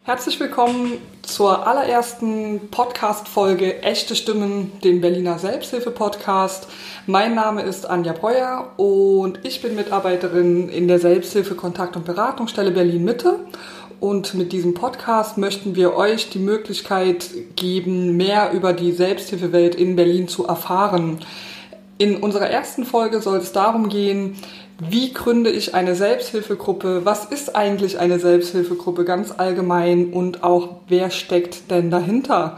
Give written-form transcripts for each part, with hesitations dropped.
Herzlich willkommen zur allerersten Podcast-Folge Echte Stimmen, dem Berliner Selbsthilfe-Podcast. Mein Name ist Anja Breuer und ich bin Mitarbeiterin in der Selbsthilfe Kontakt- und Beratungsstelle Berlin-Mitte. Und mit diesem Podcast möchten wir euch die Möglichkeit geben, mehr über die Selbsthilfewelt in Berlin zu erfahren. In unserer ersten Folge soll es darum gehen, wie gründe ich eine Selbsthilfegruppe? Was ist eigentlich eine Selbsthilfegruppe ganz allgemein und auch wer steckt denn dahinter?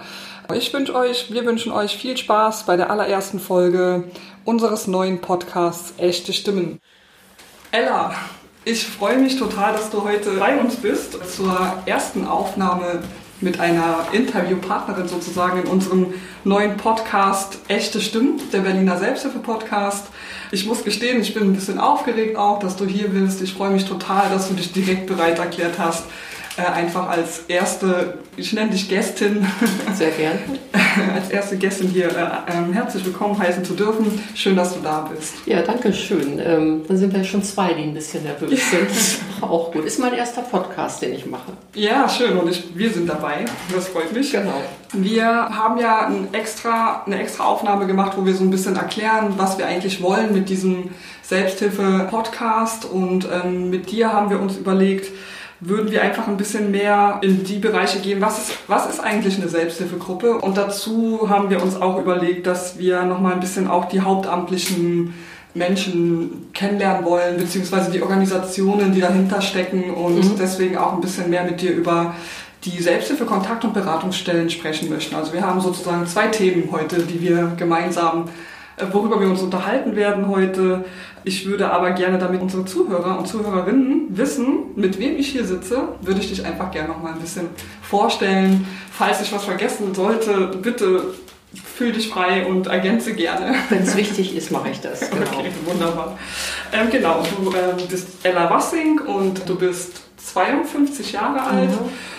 Wir wünschen euch viel Spaß bei der allerersten Folge unseres neuen Podcasts Echte Stimmen. Ella, ich freue mich total, dass du heute bei uns bist zur ersten Aufnahme mit einer Interviewpartnerin sozusagen in unserem neuen Podcast Echte Stimmen, der Berliner Selbsthilfe-Podcast. Ich muss gestehen, ich bin ein bisschen aufgeregt auch, dass du hier bist. Ich freue mich total, dass du dich direkt bereit erklärt hast, einfach als erste, ich nenne dich Gästin. Sehr gern. Als erste Gästin hier herzlich willkommen heißen zu dürfen. Schön, dass du da bist. Ja, danke schön. Dann sind wir schon zwei, die ein bisschen nervös sind. Das ist auch gut. Ist mein erster Podcast, den ich mache. Ja, schön. Und wir sind dabei. Das freut mich. Genau. Wir haben ja eine extra Aufnahme gemacht, wo wir so ein bisschen erklären, was wir eigentlich wollen mit diesem Selbsthilfe-Podcast. Und mit dir haben wir uns überlegt, würden wir einfach ein bisschen mehr in die Bereiche gehen, was ist eigentlich eine Selbsthilfegruppe? Und dazu haben wir uns auch überlegt, dass wir nochmal ein bisschen auch die hauptamtlichen Menschen kennenlernen wollen, beziehungsweise die Organisationen, die dahinter stecken und deswegen auch ein bisschen mehr mit dir über die Selbsthilfe-Kontakt- und Beratungsstellen sprechen möchten. Also wir haben sozusagen zwei Themen heute, die wir gemeinsam, worüber wir uns unterhalten werden heute. Ich würde aber gerne, damit unsere Zuhörer und Zuhörerinnen wissen, mit wem ich hier sitze, würde ich dich einfach gerne noch mal ein bisschen vorstellen. Falls ich was vergessen sollte, bitte fühl dich frei und ergänze gerne. Wenn es wichtig ist, mache ich das. Genau. Okay, wunderbar. Genau, du bist Ella Wassing und du bist 52 Jahre alt.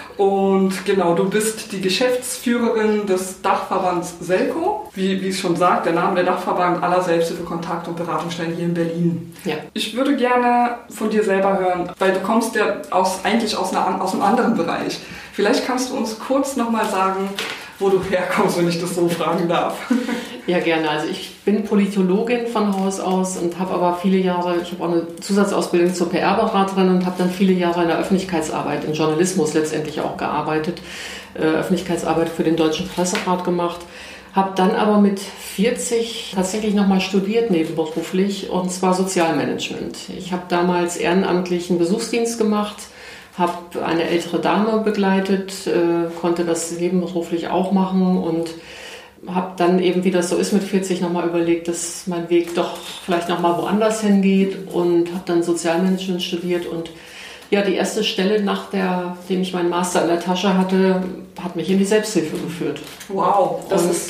Und genau, du bist die Geschäftsführerin des Dachverbands SELCO. Wie es schon sagt, der Name der Dachverband aller Selbsthilfe, Kontakt- und Beratungsstellen hier in Berlin. Ja. Ich würde gerne von dir selber hören, weil du kommst ja eigentlich aus einem anderen Bereich. Vielleicht kannst du uns kurz nochmal sagen, wo du herkommst, wenn ich das so fragen darf. Ja, gerne. Also ich bin Politologin von Haus aus und habe aber ich habe auch eine Zusatzausbildung zur PR-Beraterin und habe dann viele Jahre in der Öffentlichkeitsarbeit, im Journalismus letztendlich auch gearbeitet, Öffentlichkeitsarbeit für den Deutschen Presserat gemacht, habe dann aber mit 40 tatsächlich nochmal studiert nebenberuflich und zwar Sozialmanagement. Ich habe damals ehrenamtlich einen Besuchsdienst gemacht, habe eine ältere Dame begleitet, konnte das nebenberuflich auch machen und habe dann eben, wie das so ist mit 40, nochmal überlegt, dass mein Weg doch vielleicht nochmal woanders hingeht und habe dann Sozialmanagement studiert und ja, die erste Stelle, nachdem ich meinen Master in der Tasche hatte, hat mich in die Selbsthilfe geführt. Wow,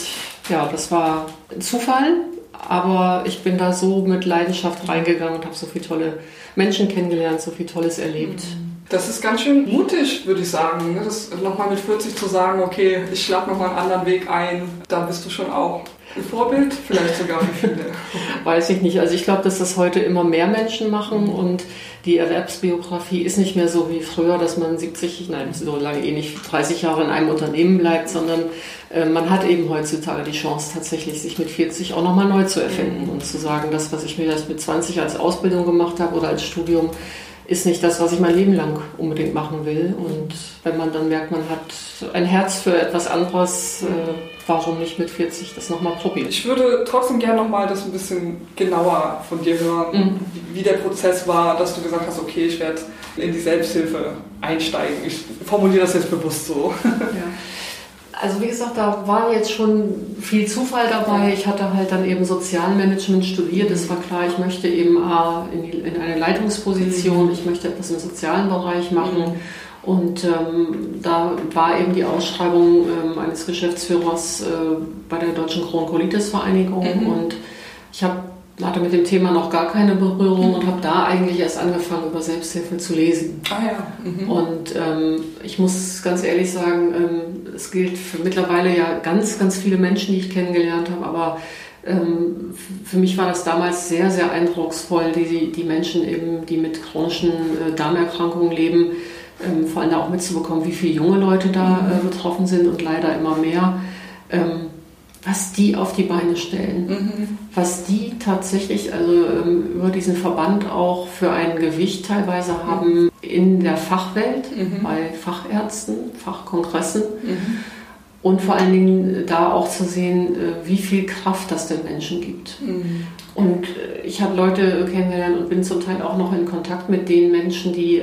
das war ein Zufall, aber ich bin da so mit Leidenschaft reingegangen und habe so viele tolle Menschen kennengelernt, so viel Tolles erlebt. Das ist ganz schön mutig, würde ich sagen. Das nochmal mit 40 zu sagen, okay, ich schlage nochmal einen anderen Weg ein, da bist du schon auch ein Vorbild, vielleicht sogar für viele. Weiß ich nicht. Also ich glaube, dass das heute immer mehr Menschen machen und die Erwerbsbiografie ist nicht mehr so wie früher, dass man so lange nicht 30 Jahre in einem Unternehmen bleibt, sondern man hat eben heutzutage die Chance tatsächlich, sich mit 40 auch nochmal neu zu erfinden und zu sagen, das, was ich mir erst mit 20 als Ausbildung gemacht habe oder als Studium, ist nicht das, was ich mein Leben lang unbedingt machen will. Und wenn man dann merkt, man hat ein Herz für etwas anderes, warum nicht mit 40 das nochmal probieren? Ich würde trotzdem gerne nochmal das ein bisschen genauer von dir hören, wie der Prozess war, dass du gesagt hast, okay, ich werde in die Selbsthilfe einsteigen. Ich formuliere das jetzt bewusst so. Ja. Also wie gesagt, da war jetzt schon viel Zufall dabei. Ich hatte halt dann eben Sozialmanagement studiert. Es war klar, ich möchte eben in eine Leitungsposition, ich möchte etwas im sozialen Bereich machen. Und da war eben die Ausschreibung eines Geschäftsführers bei der Deutschen Crohn-Colitis-Vereinigung. Und ich hatte mit dem Thema noch gar keine Berührung und habe da eigentlich erst angefangen, über Selbsthilfe zu lesen. Und ich muss ganz ehrlich sagen, es gilt für mittlerweile ja ganz, ganz viele Menschen, die ich kennengelernt habe, aber für mich war das damals sehr, sehr eindrucksvoll, die Menschen eben, die mit chronischen Darmerkrankungen leben, vor allem auch mitzubekommen, wie viele junge Leute da betroffen sind und leider immer mehr, was die auf die Beine stellen, was die tatsächlich über diesen Verband auch für ein Gewicht teilweise haben in der Fachwelt, bei Fachärzten, Fachkongressen und vor allen Dingen da auch zu sehen, wie viel Kraft das den Menschen gibt. Und ich habe Leute kennengelernt und bin zum Teil auch noch in Kontakt mit den Menschen, die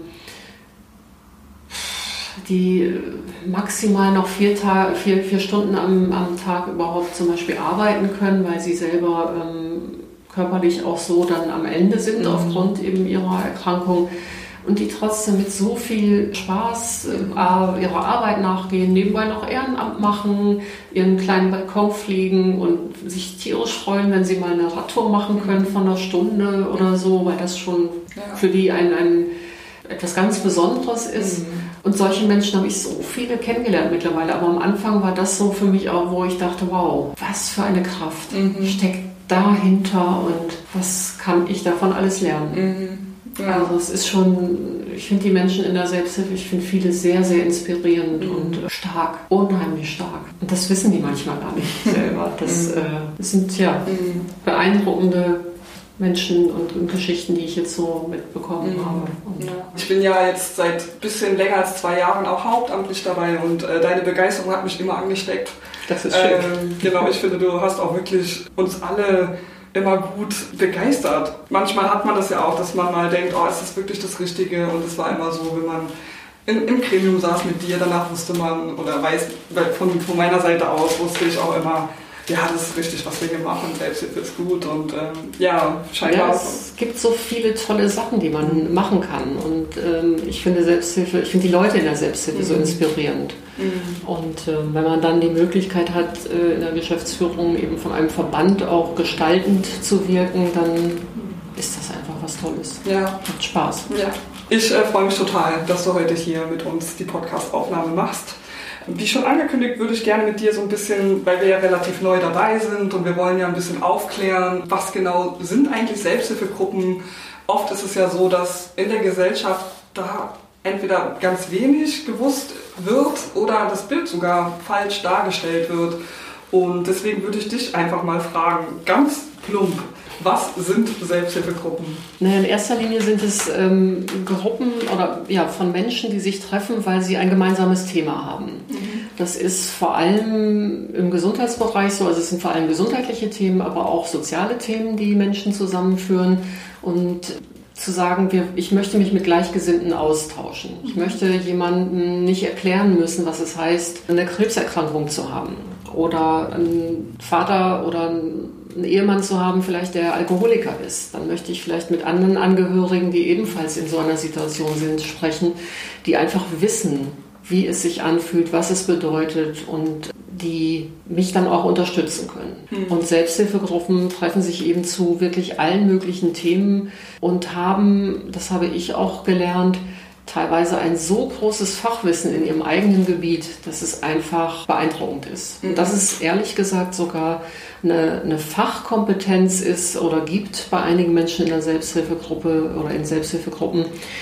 maximal noch 4 Stunden am Tag überhaupt zum Beispiel arbeiten können, weil sie selber körperlich auch so dann am Ende sind aufgrund eben ihrer Erkrankung und die trotzdem mit so viel Spaß ihrer Arbeit nachgehen, nebenbei noch Ehrenamt machen, ihren kleinen Balkon pflegen und sich tierisch freuen, wenn sie mal eine Radtour machen können von einer Stunde oder so, weil das schon für die ein etwas ganz Besonderes ist. Und solche Menschen habe ich so viele kennengelernt mittlerweile. Aber am Anfang war das so für mich auch, wo ich dachte, wow, was für eine Kraft steckt dahinter und was kann ich davon alles lernen. Ja. Also es ist schon, ich finde die Menschen in der Selbsthilfe, ich finde viele sehr, sehr inspirierend und stark, unheimlich stark. Und das wissen die manchmal gar nicht selber. Das sind beeindruckende Menschen und Geschichten, die ich jetzt so mitbekommen habe. Und ich bin ja jetzt seit ein bisschen länger als 2 Jahren auch hauptamtlich dabei und deine Begeisterung hat mich immer angesteckt. Das ist schön. Genau, ich finde, du hast auch wirklich uns alle immer gut begeistert. Manchmal hat man das ja auch, dass man mal denkt, oh, ist das wirklich das Richtige? Und es war immer so, wenn man im Gremium saß mit dir, danach wusste man oder weiß, von meiner Seite aus wusste ich auch immer, ja, das ist richtig, was wir hier machen. Selbsthilfe ist gut und scheinbar. Ja, es gibt so viele tolle Sachen, die man machen kann. Und ich finde die Leute in der Selbsthilfe so inspirierend. Und wenn man dann die Möglichkeit hat, in der Geschäftsführung eben von einem Verband auch gestaltend zu wirken, dann ist das einfach was Tolles. Ja. Macht Spaß. Ja. Ich freue mich total, dass du heute hier mit uns die Podcast-Aufnahme machst. Wie schon angekündigt, würde ich gerne mit dir so ein bisschen, weil wir ja relativ neu dabei sind und wir wollen ja ein bisschen aufklären, was genau sind eigentlich Selbsthilfegruppen. Oft ist es ja so, dass in der Gesellschaft da entweder ganz wenig gewusst wird oder das Bild sogar falsch dargestellt wird. Und deswegen würde ich dich einfach mal fragen, ganz plump, was sind Selbsthilfegruppen? Naja, in erster Linie sind es Gruppen von Menschen, die sich treffen, weil sie ein gemeinsames Thema haben. Das ist vor allem im Gesundheitsbereich so, also es sind vor allem gesundheitliche Themen, aber auch soziale Themen, die Menschen zusammenführen und zu sagen, ich möchte mich mit Gleichgesinnten austauschen. Ich möchte jemandem nicht erklären müssen, was es heißt, eine Krebserkrankung zu haben oder einen Vater oder einen Ehemann zu haben, vielleicht der Alkoholiker ist. Dann möchte ich vielleicht mit anderen Angehörigen, die ebenfalls in so einer Situation sind, sprechen, die einfach wissen, wie es sich anfühlt, was es bedeutet und die mich dann auch unterstützen können. Und Selbsthilfegruppen treffen sich eben zu wirklich allen möglichen Themen und haben, das habe ich auch gelernt, teilweise ein so großes Fachwissen in ihrem eigenen Gebiet, dass es einfach beeindruckend ist. Und dass es ehrlich gesagt sogar eine Fachkompetenz ist oder gibt bei einigen Menschen in der Selbsthilfegruppe oder in Selbsthilfegruppen,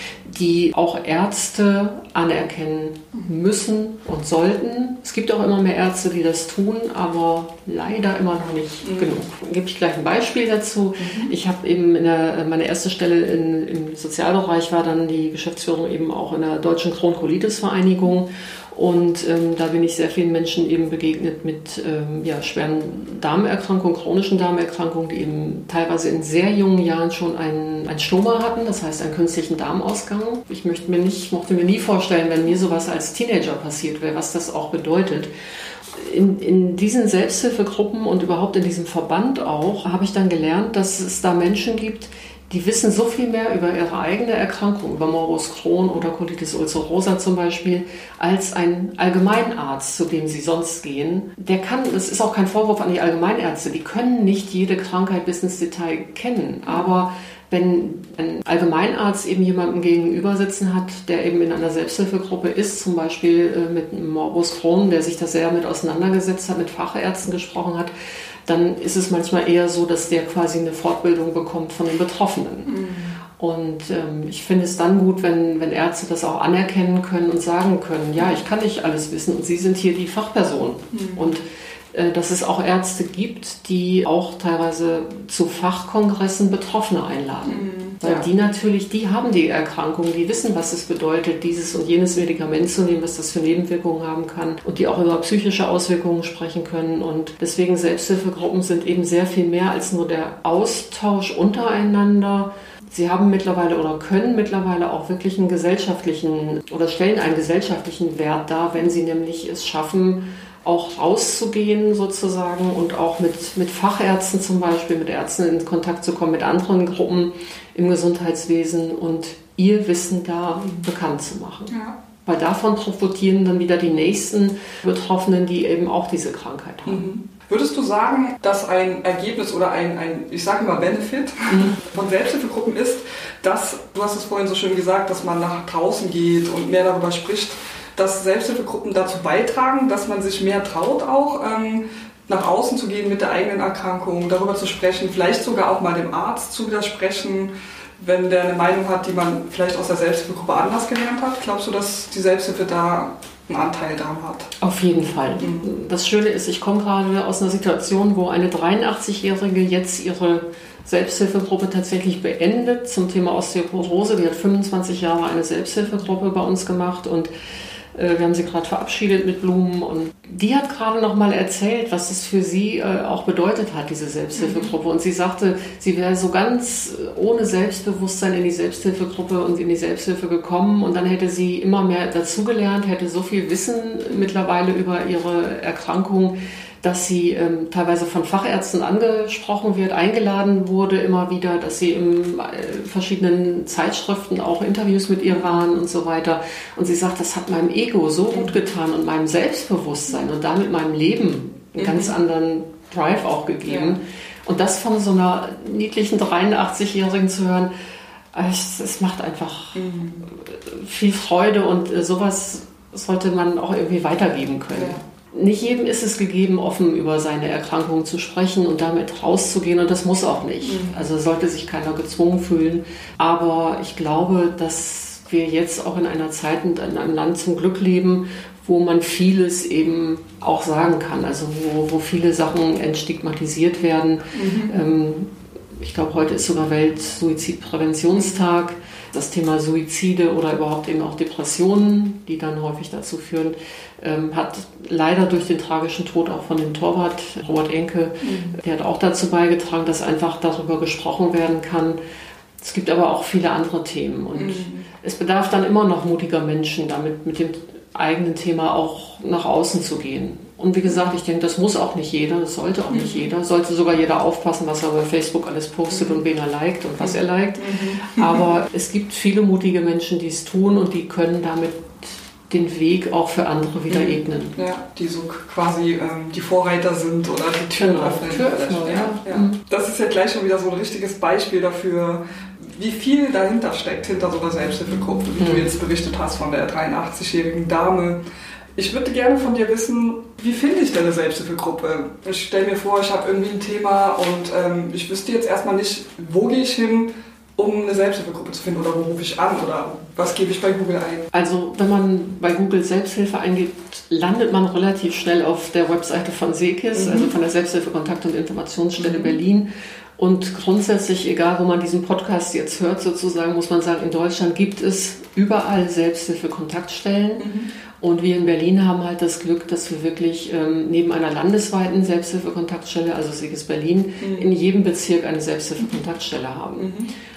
die auch Ärzte anerkennen müssen und sollten. Es gibt auch immer mehr Ärzte, die das tun, aber leider immer noch nicht genug. Gebe ich gleich ein Beispiel dazu. Ich habe eben meine erste Stelle im Sozialbereich war dann die Geschäftsführung eben auch in der Deutschen Crohn-Colitis-Vereinigung. Und da bin ich sehr vielen Menschen eben begegnet mit schweren Darmerkrankungen, chronischen Darmerkrankungen, die eben teilweise in sehr jungen Jahren schon ein Stoma hatten, das heißt einen künstlichen Darmausgang. Ich mochte mir nie vorstellen, wenn mir sowas als Teenager passiert wäre, was das auch bedeutet. In diesen Selbsthilfegruppen und überhaupt in diesem Verband auch habe ich dann gelernt, dass es da Menschen gibt, die wissen so viel mehr über ihre eigene Erkrankung, über Morbus Crohn oder Colitis ulcerosa zum Beispiel, als ein Allgemeinarzt, zu dem sie sonst gehen. Das ist auch kein Vorwurf an die Allgemeinärzte, die können nicht jede Krankheit bis ins Detail kennen, aber wenn ein Allgemeinarzt eben jemanden gegenüber sitzen hat, der eben in einer Selbsthilfegruppe ist, zum Beispiel mit einem Morbus Crohn, der sich da sehr mit auseinandergesetzt hat, mit Fachärzten gesprochen hat, dann ist es manchmal eher so, dass der quasi eine Fortbildung bekommt von den Betroffenen. Und ich finde es dann gut, wenn Ärzte das auch anerkennen können und sagen können, ja, ich kann nicht alles wissen und Sie sind hier die Fachperson. Und dass es auch Ärzte gibt, die auch teilweise zu Fachkongressen Betroffene einladen. Weil die natürlich, die haben die Erkrankung, die wissen, was es bedeutet, dieses und jenes Medikament zu nehmen, was das für Nebenwirkungen haben kann und die auch über psychische Auswirkungen sprechen können. Und deswegen Selbsthilfegruppen sind eben sehr viel mehr als nur der Austausch untereinander. Sie haben mittlerweile oder können mittlerweile auch wirklich einen gesellschaftlichen oder stellen einen gesellschaftlichen Wert dar, wenn sie nämlich es schaffen, auch rauszugehen sozusagen und auch mit Fachärzten zum Beispiel, mit Ärzten in Kontakt zu kommen, mit anderen Gruppen im Gesundheitswesen und ihr Wissen da bekannt zu machen. Ja. Weil davon profitieren dann wieder die nächsten Betroffenen, die eben auch diese Krankheit haben. Würdest du sagen, dass ein Ergebnis oder ein ich sage mal Benefit von Selbsthilfegruppen ist, dass, du hast es vorhin so schön gesagt, dass man nach draußen geht und mehr darüber spricht, dass Selbsthilfegruppen dazu beitragen, dass man sich mehr traut, auch nach außen zu gehen mit der eigenen Erkrankung, darüber zu sprechen, vielleicht sogar auch mal dem Arzt zu widersprechen, wenn der eine Meinung hat, die man vielleicht aus der Selbsthilfegruppe anders gelernt hat? Glaubst du, dass die Selbsthilfe da einen Anteil daran hat? Auf jeden Fall. Das Schöne ist, ich komme gerade aus einer Situation, wo eine 83-Jährige jetzt ihre Selbsthilfegruppe tatsächlich beendet zum Thema Osteoporose. Die hat 25 Jahre eine Selbsthilfegruppe bei uns gemacht und wir haben sie gerade verabschiedet mit Blumen und die hat gerade noch mal erzählt, was es für sie auch bedeutet hat, diese Selbsthilfegruppe. Und sie sagte, sie wäre so ganz ohne Selbstbewusstsein in die Selbsthilfegruppe und in die Selbsthilfe gekommen und dann hätte sie immer mehr dazugelernt, hätte so viel Wissen mittlerweile über ihre Erkrankung, dass sie teilweise von Fachärzten angesprochen wird, eingeladen wurde immer wieder, dass sie in verschiedenen Zeitschriften auch Interviews mit ihr waren und so weiter. Und sie sagt, das hat meinem Ego so gut getan und meinem Selbstbewusstsein und damit meinem Leben einen ganz anderen Drive auch gegeben. Ja. Und das von so einer niedlichen 83-Jährigen zu hören, es macht einfach viel Freude und sowas sollte man auch irgendwie weitergeben können. Ja. Nicht jedem ist es gegeben, offen über seine Erkrankung zu sprechen und damit rauszugehen und das muss auch nicht. Also sollte sich keiner gezwungen fühlen. Aber ich glaube, dass wir jetzt auch in einer Zeit und in einem Land zum Glück leben, wo man vieles eben auch sagen kann. Also wo viele Sachen entstigmatisiert werden. Ich glaube, heute ist sogar Weltsuizidpräventionstag. Das Thema Suizide oder überhaupt eben auch Depressionen, die dann häufig dazu führen, hat leider durch den tragischen Tod auch von dem Torwart Robert Enke, der hat auch dazu beigetragen, dass einfach darüber gesprochen werden kann. Es gibt aber auch viele andere Themen und es bedarf dann immer noch mutiger Menschen, damit mit dem eigenen Thema auch nach außen zu gehen. Und wie gesagt, ich denke, das muss auch nicht jeder, das sollte auch nicht jeder. Sollte sogar jeder aufpassen, was er bei Facebook alles postet und wen er liked und was er liked. Aber es gibt viele mutige Menschen, die es tun und die können damit den Weg auch für andere wieder ebnen. Ja, die so quasi die Vorreiter sind oder die Türen öffnen. Ja. Das ist ja gleich schon wieder so ein richtiges Beispiel dafür, wie viel dahinter steckt, hinter so einer Selbsthilfegruppe, wie du jetzt berichtet hast von der 83-jährigen Dame. Ich würde gerne von dir wissen, wie finde ich denn eine Selbsthilfegruppe? Ich stelle mir vor, ich habe irgendwie ein Thema und ich wüsste jetzt erstmal nicht, wo gehe ich hin, um eine Selbsthilfegruppe zu finden oder wo rufe ich an oder was gebe ich bei Google ein? Also wenn man bei Google Selbsthilfe eingibt, landet man relativ schnell auf der Webseite von SEKIS, also von der Selbsthilfe Kontakt- und Informationsstelle Berlin. Und grundsätzlich, egal wo man diesen Podcast jetzt hört, sozusagen, muss man sagen, in Deutschland gibt es überall Selbsthilfe-Kontaktstellen. Und wir in Berlin haben halt das Glück, dass wir wirklich neben einer landesweiten Selbsthilfe-Kontaktstelle, also SEKIS Berlin, in jedem Bezirk eine Selbsthilfe-Kontaktstelle haben.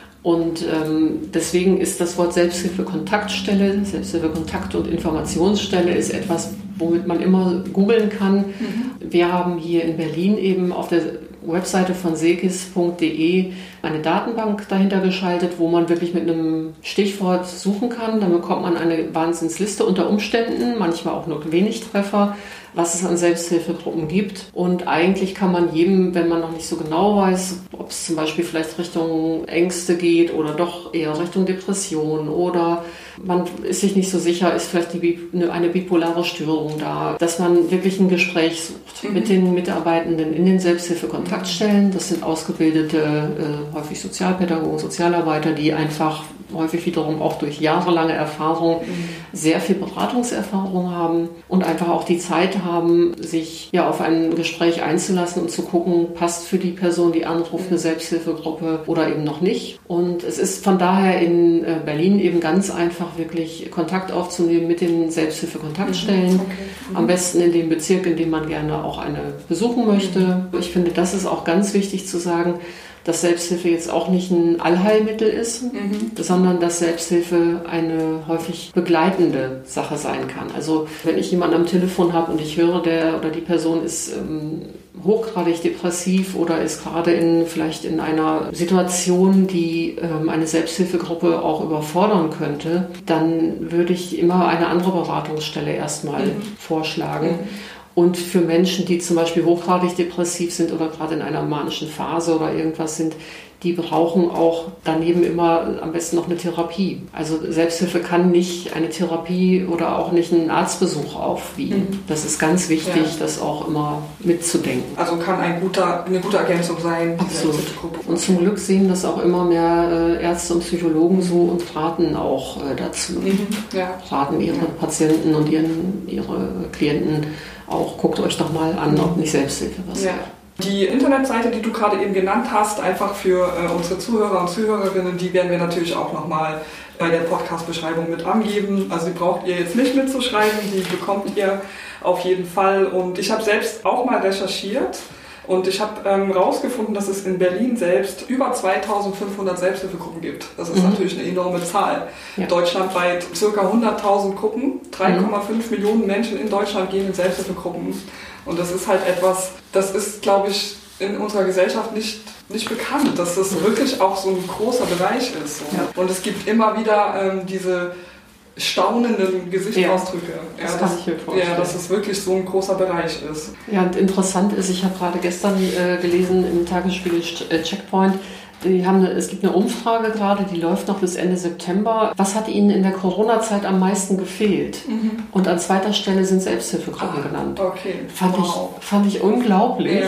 Und deswegen ist das Wort Selbsthilfe-Kontaktstelle, Selbsthilfe-Kontakt- und Informationsstelle ist etwas, womit man immer googeln kann. Wir haben hier in Berlin eben auf der Webseite von sekis.de eine Datenbank dahinter geschaltet, wo man wirklich mit einem Stichwort suchen kann. Dann bekommt man eine Wahnsinnsliste unter Umständen, manchmal auch nur wenig Treffer, was es an Selbsthilfegruppen gibt. Und eigentlich kann man jedem, wenn man noch nicht so genau weiß, ob es zum Beispiel vielleicht Richtung Ängste geht oder doch eher Richtung Depression oder man ist sich nicht so sicher, ist vielleicht eine bipolare Störung da, dass man wirklich ein Gespräch sucht mit den Mitarbeitenden in den Selbsthilfe-Kontaktstellen. Das sind ausgebildete, häufig Sozialpädagogen, Sozialarbeiter, die einfach häufig wiederum auch durch jahrelange Erfahrung sehr viel Beratungserfahrung haben und einfach auch die Zeit haben, sich ja auf ein Gespräch einzulassen und zu gucken, passt für die Person, die anruft, eine Selbsthilfegruppe oder eben noch nicht. Und es ist von daher in Berlin eben ganz einfach, wirklich Kontakt aufzunehmen mit den Selbsthilfe-Kontaktstellen. Am besten in dem Bezirk, in dem man gerne auch eine besuchen möchte. Ich finde, das ist auch ganz wichtig zu sagen, dass Selbsthilfe jetzt auch nicht ein Allheilmittel ist, sondern dass Selbsthilfe eine häufig begleitende Sache sein kann. Also wenn ich jemanden am Telefon habe und ich höre, der oder die Person ist hochgradig depressiv oder ist gerade vielleicht in einer Situation, die eine Selbsthilfegruppe auch überfordern könnte, dann würde ich immer eine andere Beratungsstelle erstmal vorschlagen. Und für Menschen, die zum Beispiel hochgradig depressiv sind oder gerade in einer manischen Phase oder irgendwas sind, die brauchen auch daneben immer am besten noch eine Therapie. Also Selbsthilfe kann nicht eine Therapie oder auch nicht einen Arztbesuch aufwiegen. Das ist ganz wichtig, das auch immer mitzudenken. Also kann eine gute Ergänzung sein. Absolut. Und zum Glück sehen das auch immer mehr Ärzte und Psychologen so und raten auch dazu. Raten ihre Patienten und ihre Klienten auch, guckt euch doch mal an, ob nicht Selbsthilfe was wäre. Die Internetseite, die du gerade eben genannt hast, einfach für unsere Zuhörer und Zuhörerinnen, die werden wir natürlich auch nochmal bei der Podcast-Beschreibung mit angeben. Also die braucht ihr jetzt nicht mitzuschreiben, die bekommt ihr auf jeden Fall. Und ich habe selbst auch mal recherchiert und ich habe herausgefunden, dass es in Berlin selbst über 2500 Selbsthilfegruppen gibt. Das ist natürlich eine enorme Zahl. Ja. Deutschlandweit ca. 100.000 Gruppen, 3,5 Millionen Menschen in Deutschland gehen in Selbsthilfegruppen. Und das ist halt etwas, das ist, glaube ich, in unserer Gesellschaft nicht bekannt, dass das wirklich auch so ein großer Bereich ist. So. Ja. Und es gibt immer wieder diese staunenden Gesichtsausdrücke. Das kann ich mir vorstellen. Ja, dass es wirklich so ein großer Bereich ist. Ja, und interessant ist, ich habe gerade gestern gelesen im Tagesspiegel Checkpoint, es gibt eine Umfrage gerade, die läuft noch bis Ende September. Was hat Ihnen in der Corona-Zeit am meisten gefehlt? Und an zweiter Stelle sind Selbsthilfegruppen genannt. Okay. Fand ich unglaublich,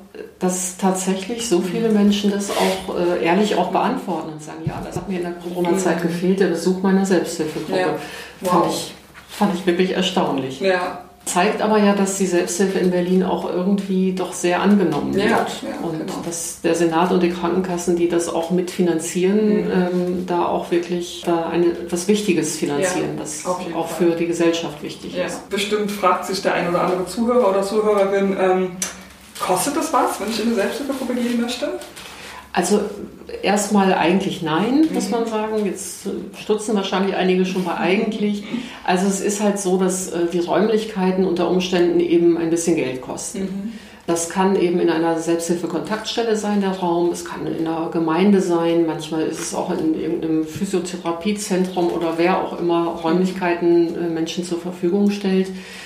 dass tatsächlich so viele Menschen das auch ehrlich auch beantworten und sagen, ja, das hat mir in der Corona-Zeit gefehlt, der Besuch meiner Selbsthilfegruppe. Ja. Wow. Fand ich wirklich erstaunlich. Ja. Zeigt aber ja, dass die Selbsthilfe in Berlin auch irgendwie doch sehr angenommen wird. Und dass der Senat und die Krankenkassen, die das auch mitfinanzieren, da auch wirklich etwas Wichtiges finanzieren, das auch für die Gesellschaft wichtig ist. Bestimmt fragt sich der ein oder andere Zuhörer oder Zuhörerin, kostet das was, wenn ich in eine Selbsthilfegruppe gehen möchte? Also erstmal eigentlich nein, muss man sagen. Jetzt stutzen wahrscheinlich einige schon bei eigentlich. Also es ist halt so, dass die Räumlichkeiten unter Umständen eben ein bisschen Geld kosten. Das kann eben in einer Selbsthilfe-Kontaktstelle sein, der Raum. Es kann in einer Gemeinde sein. Manchmal ist es auch in irgendeinem Physiotherapiezentrum oder wer auch immer Räumlichkeiten Menschen zur Verfügung stellt.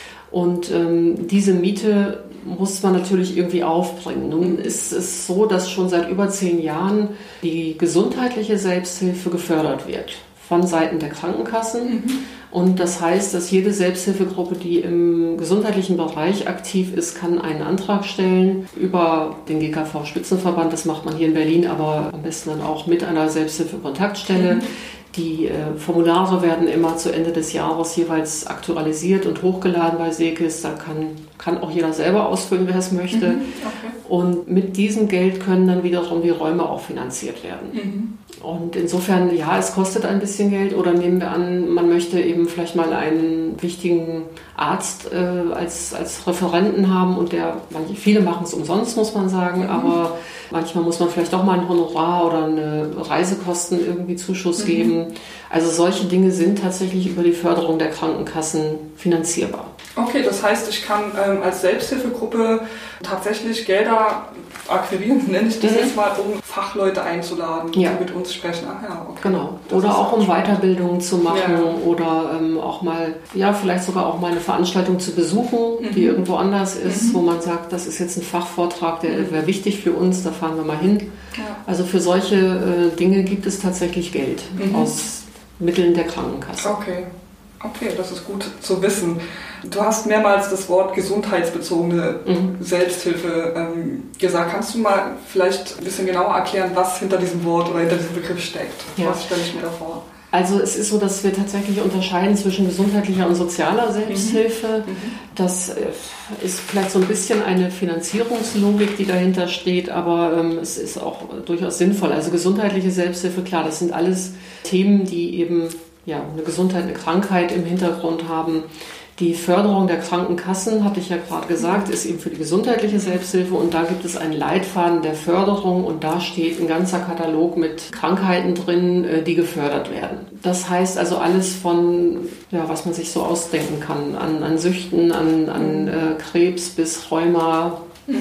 Und diese Miete muss man natürlich irgendwie aufbringen. Nun ist es so, dass schon seit über 10 Jahren die gesundheitliche Selbsthilfe gefördert wird von Seiten der Krankenkassen. Und das heißt, dass jede Selbsthilfegruppe, die im gesundheitlichen Bereich aktiv ist, kann einen Antrag stellen über den GKV-Spitzenverband. Das macht man hier in Berlin, aber am besten dann auch mit einer Selbsthilfe-Kontaktstelle. Die Formulare werden immer zu Ende des Jahres jeweils aktualisiert und hochgeladen bei Sekis. Da kann auch jeder selber ausfüllen, wer es möchte. Okay. Und mit diesem Geld können dann wiederum die Räume auch finanziert werden. Und insofern, ja, es kostet ein bisschen Geld. Oder nehmen wir an, man möchte eben vielleicht mal einen wichtigen Arzt als Referenten haben und viele machen es umsonst, muss man sagen, aber manchmal muss man vielleicht doch mal ein Honorar oder eine Reisekosten irgendwie Zuschuss geben. Also solche Dinge sind tatsächlich über die Förderung der Krankenkassen finanzierbar. Okay, das heißt, ich kann als Selbsthilfegruppe tatsächlich Gelder akquirieren, nenne ich das jetzt mal, um Fachleute einzuladen, die mit uns sprechen. Ach ja, okay. Genau. Oder auch um Weiterbildungen zu machen oder auch mal, vielleicht sogar auch mal eine Veranstaltung zu besuchen, die irgendwo anders ist, wo man sagt, das ist jetzt ein Fachvortrag, der wäre wichtig für uns, da fahren wir mal hin. Ja. Also für solche Dinge gibt es tatsächlich Geld aus Mitteln der Krankenkasse. Okay, das ist gut zu wissen. Du hast mehrmals das Wort gesundheitsbezogene Selbsthilfe gesagt. Kannst du mal vielleicht ein bisschen genauer erklären, was hinter diesem Wort oder hinter diesem Begriff steckt? Ja. Was stelle ich mir da vor? Also es ist so, dass wir tatsächlich unterscheiden zwischen gesundheitlicher und sozialer Selbsthilfe. Das ist vielleicht so ein bisschen eine Finanzierungslogik, die dahinter steht, aber es ist auch durchaus sinnvoll. Also gesundheitliche Selbsthilfe, klar, das sind alles Themen, die eben eine Gesundheit, eine Krankheit im Hintergrund haben. Die Förderung der Krankenkassen, hatte ich ja gerade gesagt, ist eben für die gesundheitliche Selbsthilfe und da gibt es einen Leitfaden der Förderung und da steht ein ganzer Katalog mit Krankheiten drin, die gefördert werden. Das heißt also alles von, was man sich so ausdenken kann, an Süchten, an Krebs bis Rheuma,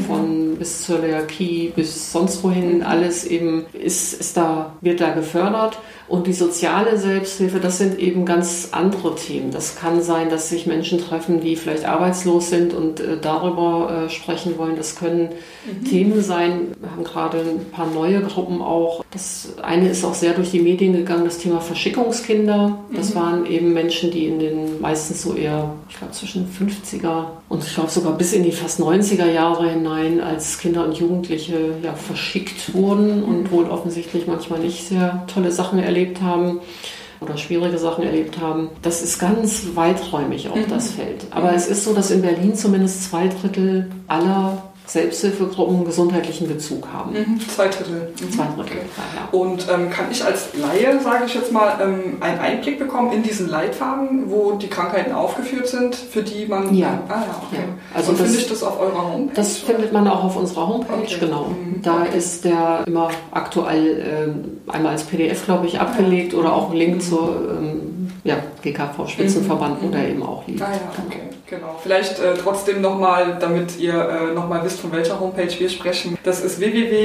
bis Zöliakie, bis sonst wohin, alles eben wird da gefördert. Und die soziale Selbsthilfe, das sind eben ganz andere Themen. Das kann sein, dass sich Menschen treffen, die vielleicht arbeitslos sind und darüber sprechen wollen. Das können Themen sein. Wir haben gerade ein paar neue Gruppen auch. Das eine ist auch sehr durch die Medien gegangen, das Thema Verschickungskinder. Das waren eben Menschen, die in den meistens so eher, ich glaube zwischen 50er und ich glaube sogar bis in die fast 90er Jahre hinein als Kinder und Jugendliche verschickt wurden und wohl offensichtlich manchmal nicht sehr tolle Sachen erlebt haben oder schwierige Sachen erlebt haben. Das ist ganz weiträumig auch das Feld. Aber es ist so, dass in Berlin zumindest 2/3 aller Selbsthilfegruppen gesundheitlichen Bezug haben. 2/3. 2/3, Okay. ja. Und kann ich als Laie, sage ich jetzt mal, einen Einblick bekommen in diesen Leitfaden, wo die Krankheiten aufgeführt sind, für die man... Ja. Okay. Ja. Also und finde ich das auf eurer Homepage? Das findet man auch auf unserer Homepage, genau. Da ist der immer aktuell einmal als PDF, glaube ich, abgelegt oder auch ein Link zur GKV-Spitzenverband, wo der eben auch liegt. Genau. Vielleicht trotzdem nochmal, damit ihr nochmal wisst, von welcher Homepage wir sprechen. Das ist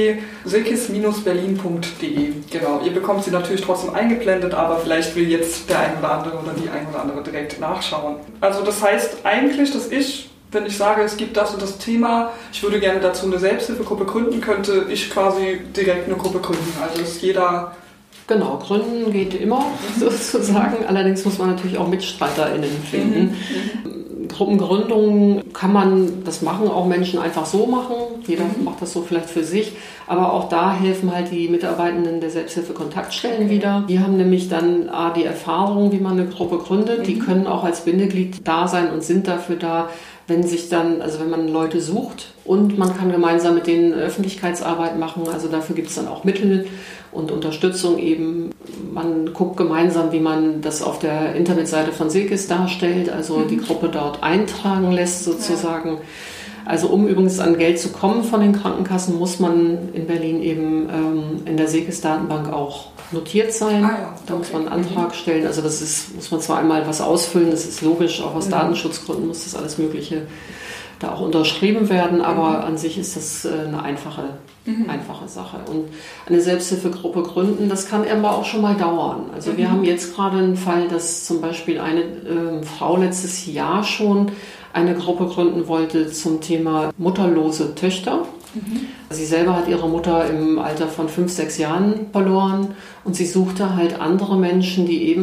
www.sekis-berlin.de. Genau. Ihr bekommt sie natürlich trotzdem eingeblendet, aber vielleicht will jetzt der ein oder andere oder die ein oder andere direkt nachschauen. Also das heißt eigentlich, dass wenn ich sage, es gibt das und das Thema, ich würde gerne dazu eine Selbsthilfegruppe gründen, könnte ich quasi direkt eine Gruppe gründen. Also ist jeder... Genau, gründen geht immer sozusagen. Allerdings muss man natürlich auch MitstreiterInnen finden. Gruppengründungen das machen auch Menschen einfach so machen. Jeder macht das so vielleicht für sich. Aber auch da helfen halt die Mitarbeitenden der Selbsthilfe-Kontaktstellen wieder. Die haben nämlich dann die Erfahrung, wie man eine Gruppe gründet. Die können auch als Bindeglied da sein und sind dafür da, wenn man Leute sucht und man kann gemeinsam mit denen Öffentlichkeitsarbeit machen. Also dafür gibt es dann auch Mittel und Unterstützung eben. Man guckt gemeinsam, wie man das auf der Internetseite von Sekis darstellt, also die Gruppe dort eintragen lässt sozusagen. Ja. Also um übrigens an Geld zu kommen von den Krankenkassen, muss man in Berlin eben in der Sekis-Datenbank auch notiert sein. Da muss man einen Antrag stellen. Also muss man zwar einmal was ausfüllen, das ist logisch, auch aus Datenschutzgründen muss das alles Mögliche da auch unterschrieben werden, aber an sich ist das eine einfache Sache. Und eine Selbsthilfegruppe gründen, das kann aber auch schon mal dauern. Also wir haben jetzt gerade einen Fall, dass zum Beispiel eine Frau letztes Jahr schon eine Gruppe gründen wollte zum Thema mutterlose Töchter. Sie selber hat ihre Mutter im Alter von 5, 6 Jahren verloren und sie suchte halt andere Menschen,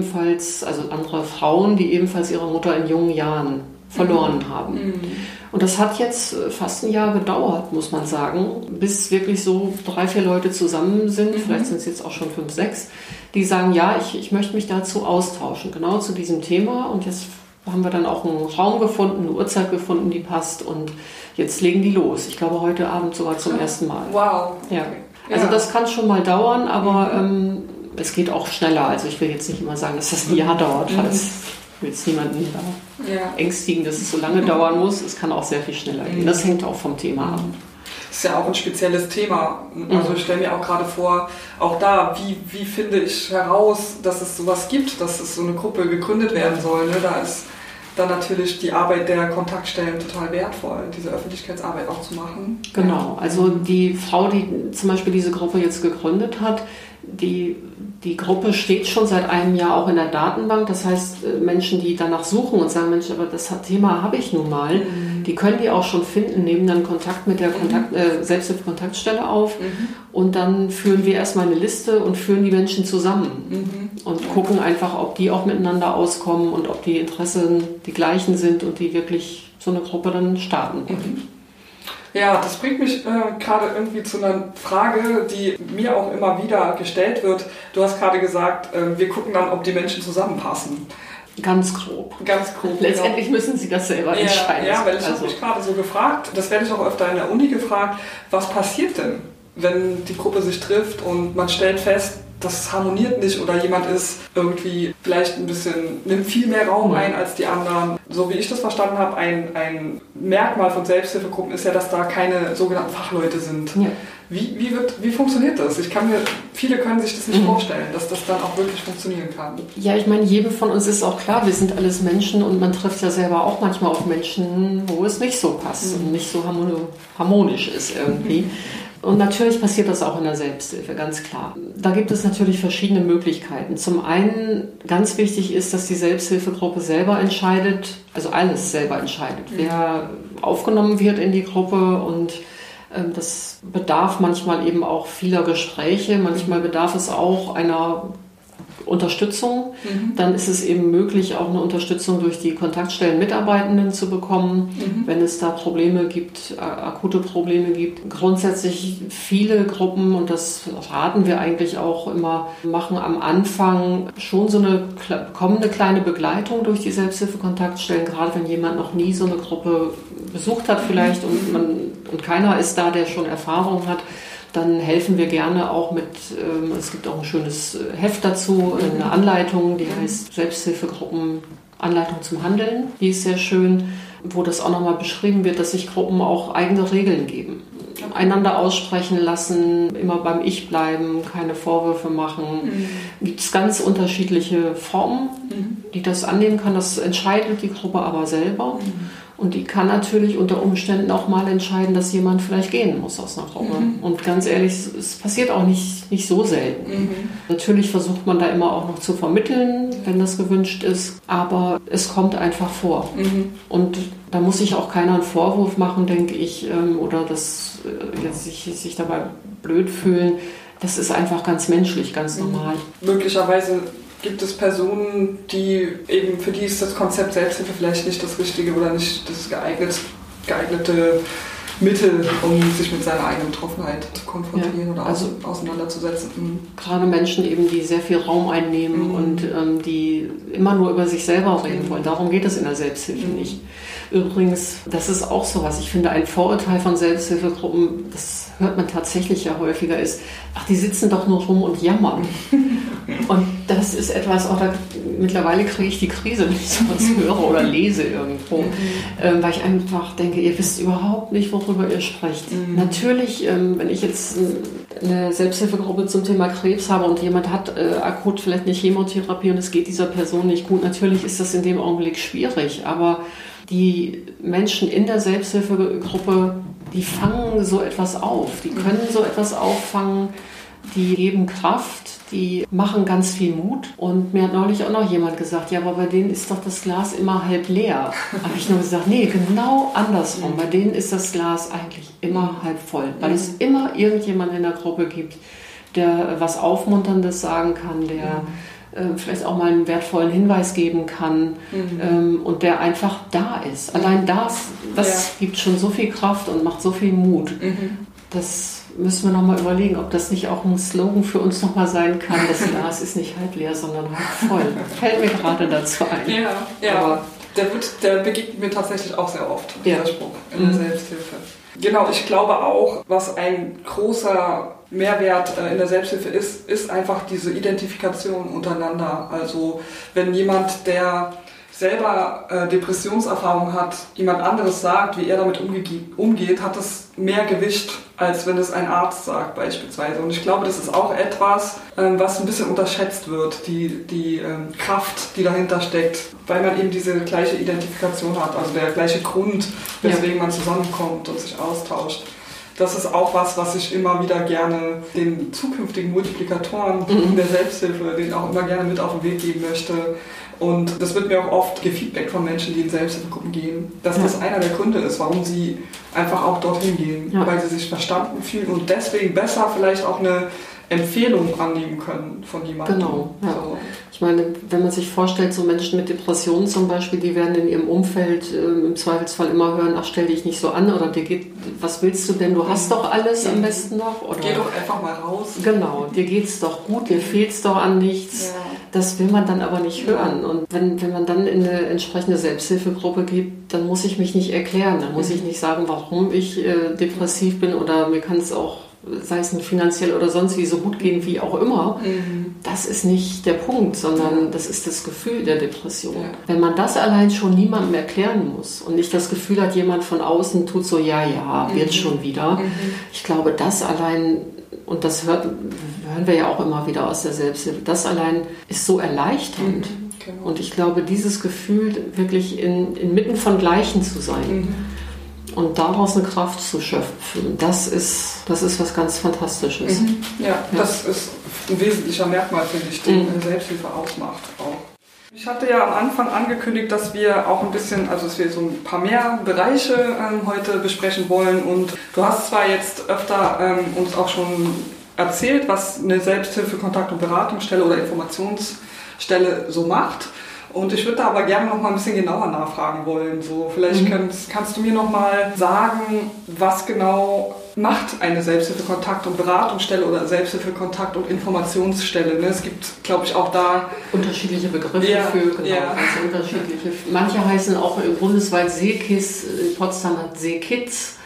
andere Frauen, die ebenfalls ihre Mutter in jungen Jahren verloren haben. Und das hat jetzt fast ein Jahr gedauert, muss man sagen, bis wirklich so 3, 4 Leute zusammen sind, vielleicht sind es jetzt auch schon 5, 6, die sagen, ja, ich möchte mich dazu austauschen, genau zu diesem Thema. Und jetzt haben wir dann auch einen Raum gefunden, eine Uhrzeit gefunden, die passt und jetzt legen die los. Ich glaube, heute Abend sogar zum ersten Mal. Wow. Ja. Also das kann schon mal dauern, aber es geht auch schneller. Also ich will jetzt nicht immer sagen, dass das ein Jahr dauert, weil ich will jetzt niemanden da ängstigen, dass es so lange dauern muss. Es kann auch sehr viel schneller gehen. Das hängt auch vom Thema ab. Das ist ja auch ein spezielles Thema. Also ich stelle mir auch gerade vor, auch da, wie finde ich heraus, dass es sowas gibt, dass es so eine Gruppe gegründet werden soll. Ne? Da ist dann natürlich die Arbeit der Kontaktstellen total wertvoll, diese Öffentlichkeitsarbeit auch zu machen. Genau, also die Frau, die zum Beispiel diese Gruppe jetzt gegründet hat, die Gruppe steht schon seit einem Jahr auch in der Datenbank. Das heißt, Menschen, die danach suchen und sagen, Mensch, aber das Thema habe ich nun mal, die können die auch schon finden, nehmen dann Kontakt mit der Selbsthilfe-Kontaktstelle auf und dann führen wir erstmal eine Liste und führen die Menschen zusammen. und gucken einfach, ob die auch miteinander auskommen und ob die Interessen die gleichen sind und die wirklich so eine Gruppe dann starten wollen. Ja, das bringt mich gerade irgendwie zu einer Frage, die mir auch immer wieder gestellt wird. Du hast gerade gesagt, wir gucken dann, ob die Menschen zusammenpassen. Ganz grob. Ganz grob. Letztendlich müssen sie das selber entscheiden. Ja, weil ich habe mich gerade so gefragt, das werde ich auch öfter in der Uni gefragt, was passiert denn, wenn die Gruppe sich trifft und man stellt fest, das harmoniert nicht oder jemand ist irgendwie vielleicht ein bisschen, nimmt viel mehr Raum ein als die anderen. So wie ich das verstanden habe, ein Merkmal von Selbsthilfegruppen ist ja, dass da keine sogenannten Fachleute sind. Ja. Wie funktioniert das? Viele können sich das nicht vorstellen, dass das dann auch wirklich funktionieren kann. Ja, ich meine, jedem von uns ist auch klar, wir sind alles Menschen und man trifft ja selber auch manchmal auf Menschen, wo es nicht so passt und nicht so harmonisch ist irgendwie. Und natürlich passiert das auch in der Selbsthilfe, ganz klar. Da gibt es natürlich verschiedene Möglichkeiten. Zum einen, ganz wichtig ist, dass die Selbsthilfegruppe selber entscheidet, also alles selber entscheidet, wer aufgenommen wird in die Gruppe, und das bedarf manchmal eben auch vieler Gespräche, manchmal bedarf es auch einer Unterstützung. Dann ist es eben möglich, auch eine Unterstützung durch die Kontaktstellen Mitarbeitenden zu bekommen, wenn es da Probleme gibt, akute Probleme gibt. Grundsätzlich viele Gruppen, und das raten wir eigentlich auch immer, machen am Anfang schon so eine kommende kleine Begleitung durch die Selbsthilfe-Kontaktstellen, gerade wenn jemand noch nie so eine Gruppe besucht hat vielleicht und keiner ist da, der schon Erfahrung hat. Dann helfen wir gerne auch mit, es gibt auch ein schönes Heft dazu, eine Anleitung, die heißt Selbsthilfegruppen Anleitung zum Handeln. Die ist sehr schön, wo das auch nochmal beschrieben wird, dass sich Gruppen auch eigene Regeln geben. Einander aussprechen lassen, immer beim Ich bleiben, keine Vorwürfe machen. Gibt es ganz unterschiedliche Formen, die das annehmen kann. Das entscheidet die Gruppe aber selber. Und die kann natürlich unter Umständen auch mal entscheiden, dass jemand vielleicht gehen muss aus einer Gruppe. Und ganz ehrlich, es passiert auch nicht so selten. Natürlich versucht man da immer auch noch zu vermitteln, wenn das gewünscht ist. Aber es kommt einfach vor. Und da muss sich auch keiner einen Vorwurf machen, denke ich, oder dass jetzt sich dabei blöd fühlen. Das ist einfach ganz menschlich, ganz normal. Möglicherweise gibt es Personen, für die ist das Konzept Selbsthilfe vielleicht nicht das Richtige oder nicht das geeignete Mittel, um sich mit seiner eigenen Betroffenheit zu konfrontieren oder auseinanderzusetzen. Gerade Menschen eben, die sehr viel Raum einnehmen und die immer nur über sich selber reden wollen. Darum geht es in der Selbsthilfe nicht. Übrigens, das ist auch so was. Ich finde, ein Vorurteil von Selbsthilfegruppen, das hört man tatsächlich ja häufiger, ist, die sitzen doch nur rum und jammern. Und das ist etwas, mittlerweile kriege ich die Krise, wenn ich sowas höre oder lese irgendwo, weil ich einfach denke, ihr wisst überhaupt nicht, worüber ihr sprecht. Natürlich, wenn ich jetzt eine Selbsthilfegruppe zum Thema Krebs habe und jemand hat akut vielleicht eine Chemotherapie und es geht dieser Person nicht gut, natürlich ist das in dem Augenblick schwierig, aber die Menschen in der Selbsthilfegruppe, die fangen so etwas auf, die können so etwas auffangen, die geben Kraft, die machen ganz viel Mut. Und mir hat neulich auch noch jemand gesagt, ja, aber bei denen ist doch das Glas immer halb leer. Habe ich nur gesagt, nee, genau andersrum. Bei denen ist das Glas eigentlich immer halb voll, weil es immer irgendjemand in der Gruppe gibt, der was Aufmunterndes sagen kann, der vielleicht auch mal einen wertvollen Hinweis geben kann und der einfach da ist. Allein das gibt schon so viel Kraft und macht so viel Mut. Das müssen wir nochmal überlegen, ob das nicht auch ein Slogan für uns nochmal sein kann. Das Glas ist nicht halb leer, sondern halb voll. Fällt mir gerade dazu ein. Ja. Aber der begegnet mir tatsächlich auch sehr oft, dieser Spruch in der Selbsthilfe. Genau, ich glaube auch, was ein großer Mehrwert in der Selbsthilfe ist einfach diese Identifikation untereinander. Also wenn jemand, der selber Depressionserfahrung hat, jemand anderes sagt, wie er damit umgeht, hat das mehr Gewicht, als wenn es ein Arzt sagt beispielsweise. Und ich glaube, das ist auch etwas, was ein bisschen unterschätzt wird, die Kraft, die dahinter steckt, weil man eben diese gleiche Identifikation hat, also der gleiche Grund, weswegen man zusammenkommt und sich austauscht. Das ist auch was ich immer wieder gerne den zukünftigen Multiplikatoren in der Selbsthilfe, denen auch immer gerne mit auf den Weg geben möchte. Und das wird mir auch oft gefeedbackt von Menschen, die in Selbsthilfegruppen gehen, dass das einer der Gründe ist, warum sie einfach auch dorthin gehen, weil sie sich verstanden fühlen und deswegen besser vielleicht auch eine Empfehlungen annehmen können von jemandem. Genau, ja. So. Ich meine, wenn man sich vorstellt, so Menschen mit Depressionen zum Beispiel, die werden in ihrem Umfeld im Zweifelsfall immer hören, ach, stell dich nicht so an oder was willst du denn, du hast doch alles am besten noch. Oder, geh doch einfach mal raus. Genau, dir geht's doch gut, dir fehlt's doch an nichts. Ja. Das will man dann aber nicht hören. Und wenn man dann in eine entsprechende Selbsthilfegruppe geht, dann muss ich mich nicht erklären, dann muss ich nicht sagen, warum ich depressiv bin oder mir kann es auch, sei es finanziell oder sonst wie, so gut gehen wie auch immer. Das ist nicht der Punkt, sondern das ist das Gefühl der Depression. Ja. Wenn man das allein schon niemandem erklären muss und nicht das Gefühl hat, jemand von außen tut so, ja, wird schon wieder. Ich glaube, das allein, und das hören wir ja auch immer wieder aus der Selbsthilfe, das allein ist so erleichternd. Genau. Und ich glaube, dieses Gefühl, wirklich inmitten von Gleichen zu sein, und daraus eine Kraft zu schöpfen, das ist was ganz Fantastisches. Ja, das ist ein wesentlicher Merkmal, finde ich, den Selbsthilfe ausmacht auch. Ich hatte ja am Anfang angekündigt, dass wir auch ein bisschen, also dass wir so ein paar mehr Bereiche heute besprechen wollen. Und du hast zwar jetzt öfter uns auch schon erzählt, was eine Selbsthilfe, Kontakt- und Beratungsstelle oder Informationsstelle so macht. Und ich würde da aber gerne noch mal ein bisschen genauer nachfragen wollen. So, vielleicht kannst du mir noch mal sagen, was genau macht eine Selbsthilfe, Kontakt- und Beratungsstelle oder Selbsthilfe, Kontakt- und Informationsstelle? Ne? Es gibt, glaube ich, auch da unterschiedliche Begriffe für, ganz unterschiedliche. Manche heißen auch bundesweit Seekis, Potsdam hat Seekids.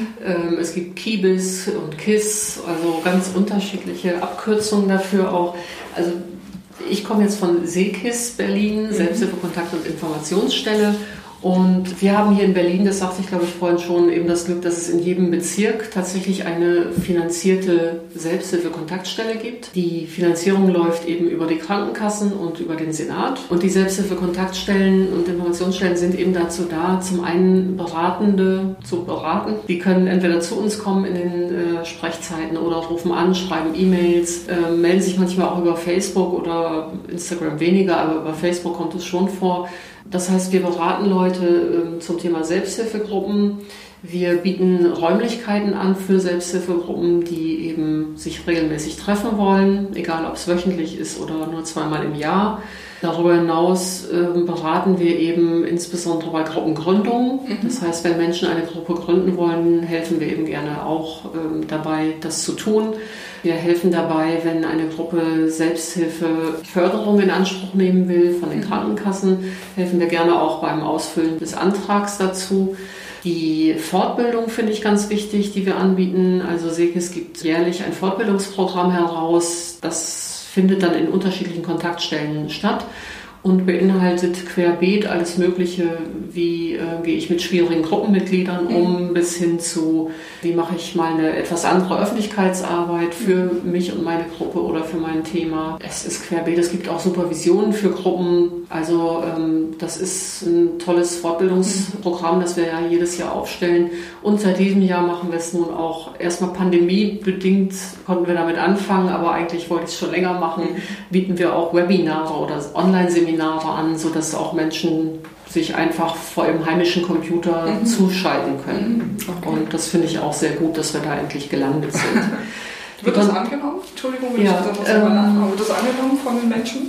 Es gibt Kibis und KISS, also ganz unterschiedliche Abkürzungen dafür auch. Also ich komme jetzt von Seekis Berlin, Selbsthilfe, Kontakt- und Informationsstelle. Und wir haben hier in Berlin, das sagte ich glaube ich vorhin schon, eben das Glück, dass es in jedem Bezirk tatsächlich eine finanzierte Selbsthilfe-Kontaktstelle gibt. Die Finanzierung läuft eben über die Krankenkassen und über den Senat. Und die Selbsthilfe-Kontaktstellen und Informationsstellen sind eben dazu da, zum einen Beratende zu beraten. Die können entweder zu uns kommen in den Sprechzeiten oder rufen an, schreiben E-Mails, melden sich manchmal auch über Facebook oder Instagram weniger, aber über Facebook kommt es schon vor. Das heißt, wir beraten Leute zum Thema Selbsthilfegruppen. Wir bieten Räumlichkeiten an für Selbsthilfegruppen, die eben sich regelmäßig treffen wollen, egal ob es wöchentlich ist oder nur 2-mal im Jahr. Darüber hinaus beraten wir eben insbesondere bei Gruppengründungen. Das heißt, wenn Menschen eine Gruppe gründen wollen, helfen wir eben gerne auch dabei, das zu tun. Wir helfen dabei, wenn eine Gruppe Selbsthilfeförderung in Anspruch nehmen will von den Krankenkassen, helfen wir gerne auch beim Ausfüllen des Antrags dazu. Die Fortbildung finde ich ganz wichtig, die wir anbieten. Also Seekis gibt jährlich ein Fortbildungsprogramm heraus. Das findet dann in unterschiedlichen Kontaktstellen statt und beinhaltet querbeet alles Mögliche, wie gehe ich mit schwierigen Gruppenmitgliedern um, bis hin zu, wie mache ich mal eine etwas andere Öffentlichkeitsarbeit für mich und meine Gruppe oder für mein Thema. Es ist querbeet, es gibt auch Supervisionen für Gruppen. Also das ist ein tolles Fortbildungsprogramm, das wir ja jedes Jahr aufstellen. Und seit diesem Jahr machen wir es nun auch, erstmal pandemiebedingt konnten wir damit anfangen, aber eigentlich wollte ich es schon länger machen, bieten wir auch Webinare oder Online-Seminare an, sodass auch Menschen sich einfach vor ihrem heimischen Computer zuschalten können. Okay. Und das finde ich auch sehr gut, dass wir da endlich gelandet sind. Wird das angenommen? Entschuldigung, wenn ich das mal nachfrage. Wird das angenommen von den Menschen?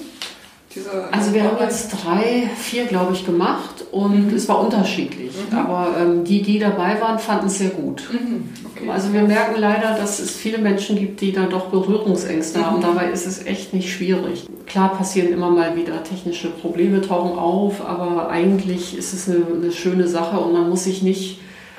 Also wir haben jetzt 3, 4, glaube ich, gemacht und es war unterschiedlich. Aber die dabei waren, fanden es sehr gut. Okay. Also wir merken leider, dass es viele Menschen gibt, die da doch Berührungsängste haben. Dabei ist es echt nicht schwierig. Klar passieren immer mal wieder technische Probleme, tauchen auf, aber eigentlich ist es eine schöne Sache und man muss sich nicht,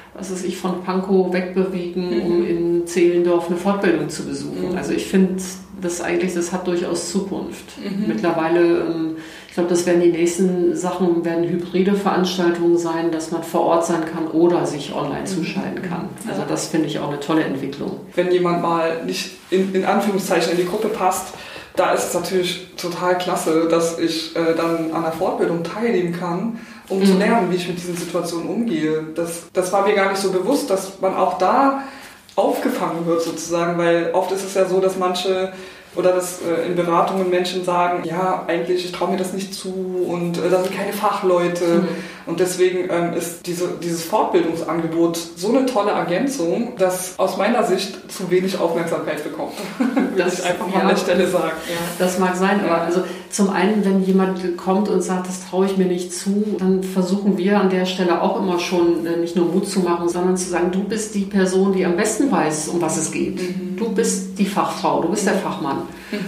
von Pankow wegbewegen, um in Zehlendorf eine Fortbildung zu besuchen. Also ich finde, das hat durchaus Zukunft. Mittlerweile, ich glaube, das werden die nächsten Sachen, werden hybride Veranstaltungen sein, dass man vor Ort sein kann oder sich online zuschalten kann. Also das finde ich auch eine tolle Entwicklung. Wenn jemand mal nicht in Anführungszeichen in die Gruppe passt, da ist es natürlich total klasse, dass ich dann an der Fortbildung teilnehmen kann, um zu lernen, wie ich mit diesen Situationen umgehe. Das war mir gar nicht so bewusst, dass man auch da aufgefangen wird sozusagen, weil oft ist es ja so, dass manche oder dass in Beratungen Menschen sagen, ja, eigentlich, ich traue mir das nicht zu und da sind keine Fachleute. Und deswegen ist dieses Fortbildungsangebot so eine tolle Ergänzung, das aus meiner Sicht zu wenig Aufmerksamkeit bekommt. Will ich einfach mal an der Stelle sagen. Ja, das mag sein, aber also zum einen, wenn jemand kommt und sagt, das traue ich mir nicht zu, dann versuchen wir an der Stelle auch immer schon nicht nur Mut zu machen, sondern zu sagen, du bist die Person, die am besten weiß, um was es geht. Du bist die Fachfrau, du bist der Fachmann.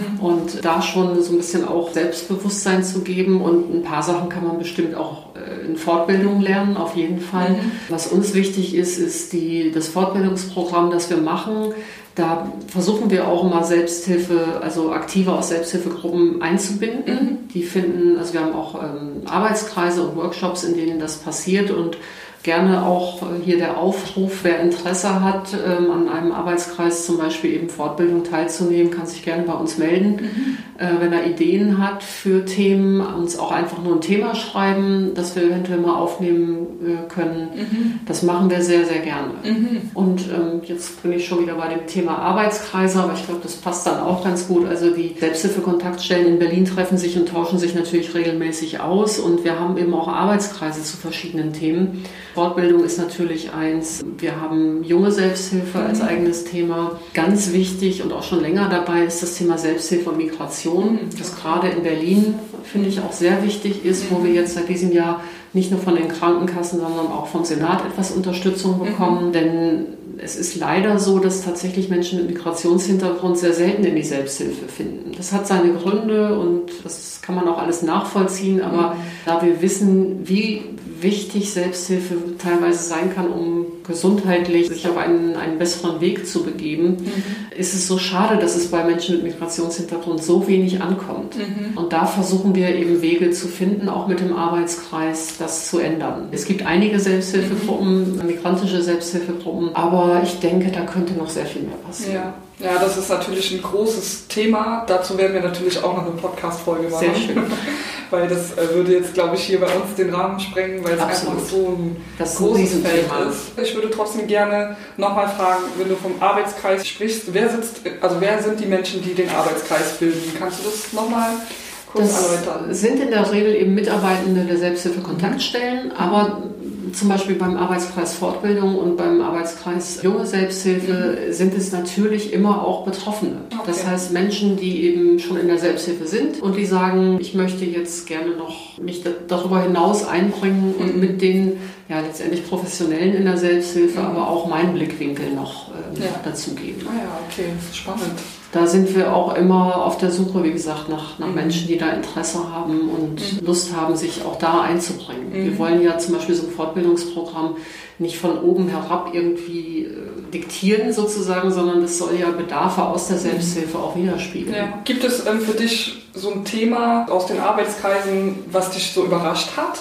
Und da schon so ein bisschen auch Selbstbewusstsein zu geben, und ein paar Sachen kann man bestimmt auch in Fortbildung lernen, auf jeden Fall. Was uns wichtig ist, ist das Fortbildungsprogramm, das wir machen. Da versuchen wir auch immer Selbsthilfe, also Aktive aus Selbsthilfegruppen einzubinden. Also wir haben auch Arbeitskreise und Workshops, in denen das passiert, und gerne auch hier der Aufruf, wer Interesse hat, an einem Arbeitskreis zum Beispiel eben Fortbildung teilzunehmen, kann sich gerne bei uns melden. Wenn er Ideen hat für Themen, uns auch einfach nur ein Thema schreiben, das wir eventuell mal aufnehmen können. Das machen wir sehr, sehr gerne. Und jetzt bin ich schon wieder bei dem Thema Arbeitskreise, aber ich glaube, das passt dann auch ganz gut. Also die Selbsthilfe-Kontaktstellen in Berlin treffen sich und tauschen sich natürlich regelmäßig aus, und wir haben eben auch Arbeitskreise zu verschiedenen Themen. Fortbildung ist natürlich eins. Wir haben junge Selbsthilfe als eigenes Thema. Ganz wichtig und auch schon länger dabei ist das Thema Selbsthilfe und Migration, das gerade in Berlin, finde ich, auch sehr wichtig ist, wo wir jetzt seit diesem Jahr nicht nur von den Krankenkassen, sondern auch vom Senat etwas Unterstützung bekommen. Denn es ist leider so, dass tatsächlich Menschen mit Migrationshintergrund sehr selten in die Selbsthilfe finden. Das hat seine Gründe und das kann man auch alles nachvollziehen. Aber da wir wissen, wie wichtig Selbsthilfe teilweise sein kann, um gesundheitlich sich auf einen besseren Weg zu begeben, ist es so schade, dass es bei Menschen mit Migrationshintergrund so wenig ankommt. Und da versuchen wir eben Wege zu finden, auch mit dem Arbeitskreis, das zu ändern. Es gibt einige Selbsthilfegruppen, migrantische Selbsthilfegruppen, aber ich denke, da könnte noch sehr viel mehr passieren. Ja, das ist natürlich ein großes Thema. Dazu werden wir natürlich auch noch eine Podcast-Folge machen. Sehr schön. Weil das würde jetzt, glaube ich, hier bei uns den Rahmen sprengen, weil es einfach so ein großes Feld ist. Ich würde trotzdem gerne nochmal fragen, wenn du vom Arbeitskreis sprichst, wer sind die Menschen, die den Arbeitskreis bilden? Kannst du das nochmal kurz erläutern? Das sind in der Regel eben Mitarbeitende der Selbsthilfe-Kontaktstellen, aber zum Beispiel beim Arbeitskreis Fortbildung und beim Arbeitskreis Junge Selbsthilfe sind es natürlich immer auch Betroffene. Okay. Das heißt Menschen, die eben schon in der Selbsthilfe sind und die sagen, ich möchte jetzt gerne noch mich darüber hinaus einbringen und mit den letztendlich Professionellen in der Selbsthilfe, aber auch meinen Blickwinkel noch dazugeben. Ah ja, okay, das ist spannend. Da sind wir auch immer auf der Suche, wie gesagt, nach Menschen, die da Interesse haben und Lust haben, sich auch da einzubringen. Wir wollen ja zum Beispiel so ein Fortbildungsprogramm nicht von oben herab irgendwie diktieren sozusagen, sondern das soll ja Bedarfe aus der Selbsthilfe auch widerspiegeln. Ja. Gibt es für dich so ein Thema aus den Arbeitskreisen, was dich so überrascht hat?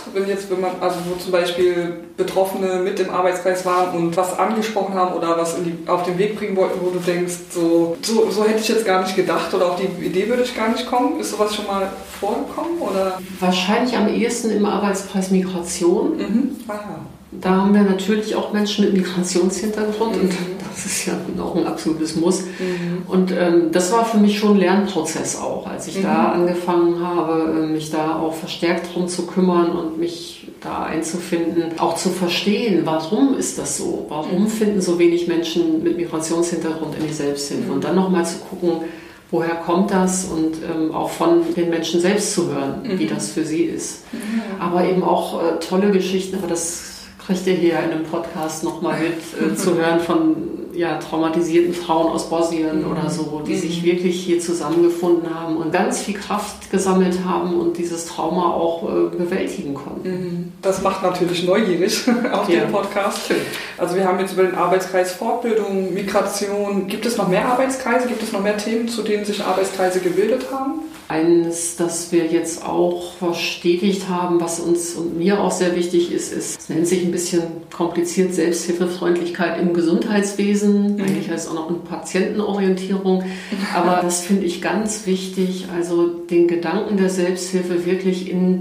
Wo zum Beispiel Betroffene mit im Arbeitskreis waren und was angesprochen haben oder was auf den Weg bringen wollten, wo du denkst, so hätte ich jetzt gar nicht gedacht oder auf die Idee würde ich gar nicht kommen. Ist sowas schon mal vorgekommen? Oder? Wahrscheinlich am ehesten im Arbeitskreis Migration. Ah, ja. Da haben wir natürlich auch Menschen mit Migrationshintergrund und das ist ja auch ein absolutes Muss. Und das war für mich schon ein Lernprozess auch, als ich da angefangen habe, mich da auch verstärkt drum zu kümmern und mich da einzufinden, auch zu verstehen, warum ist das so? Warum finden so wenig Menschen mit Migrationshintergrund in die Selbsthilfe? Und dann nochmal zu gucken, woher kommt das und auch von den Menschen selbst zu hören, wie das für sie ist. Aber eben auch tolle Geschichten, aber das kriegt ihr hier in einem Podcast nochmal mit zu hören von traumatisierten Frauen aus Bosnien oder so, die sich wirklich hier zusammengefunden haben und ganz viel Kraft gesammelt haben und dieses Trauma auch bewältigen konnten. Das macht natürlich neugierig auf den Podcast. Schön. Also wir haben jetzt über den Arbeitskreis Fortbildung, Migration. Gibt es noch mehr Arbeitskreise? Gibt es noch mehr Themen, zu denen sich Arbeitskreise gebildet haben? Eines, das wir jetzt auch verstetigt haben, was uns und mir auch sehr wichtig ist, es nennt sich ein bisschen kompliziert Selbsthilfefreundlichkeit im Gesundheitswesen. Eigentlich heißt es auch noch eine Patientenorientierung. Aber das finde ich ganz wichtig, also den Gedanken der Selbsthilfe wirklich in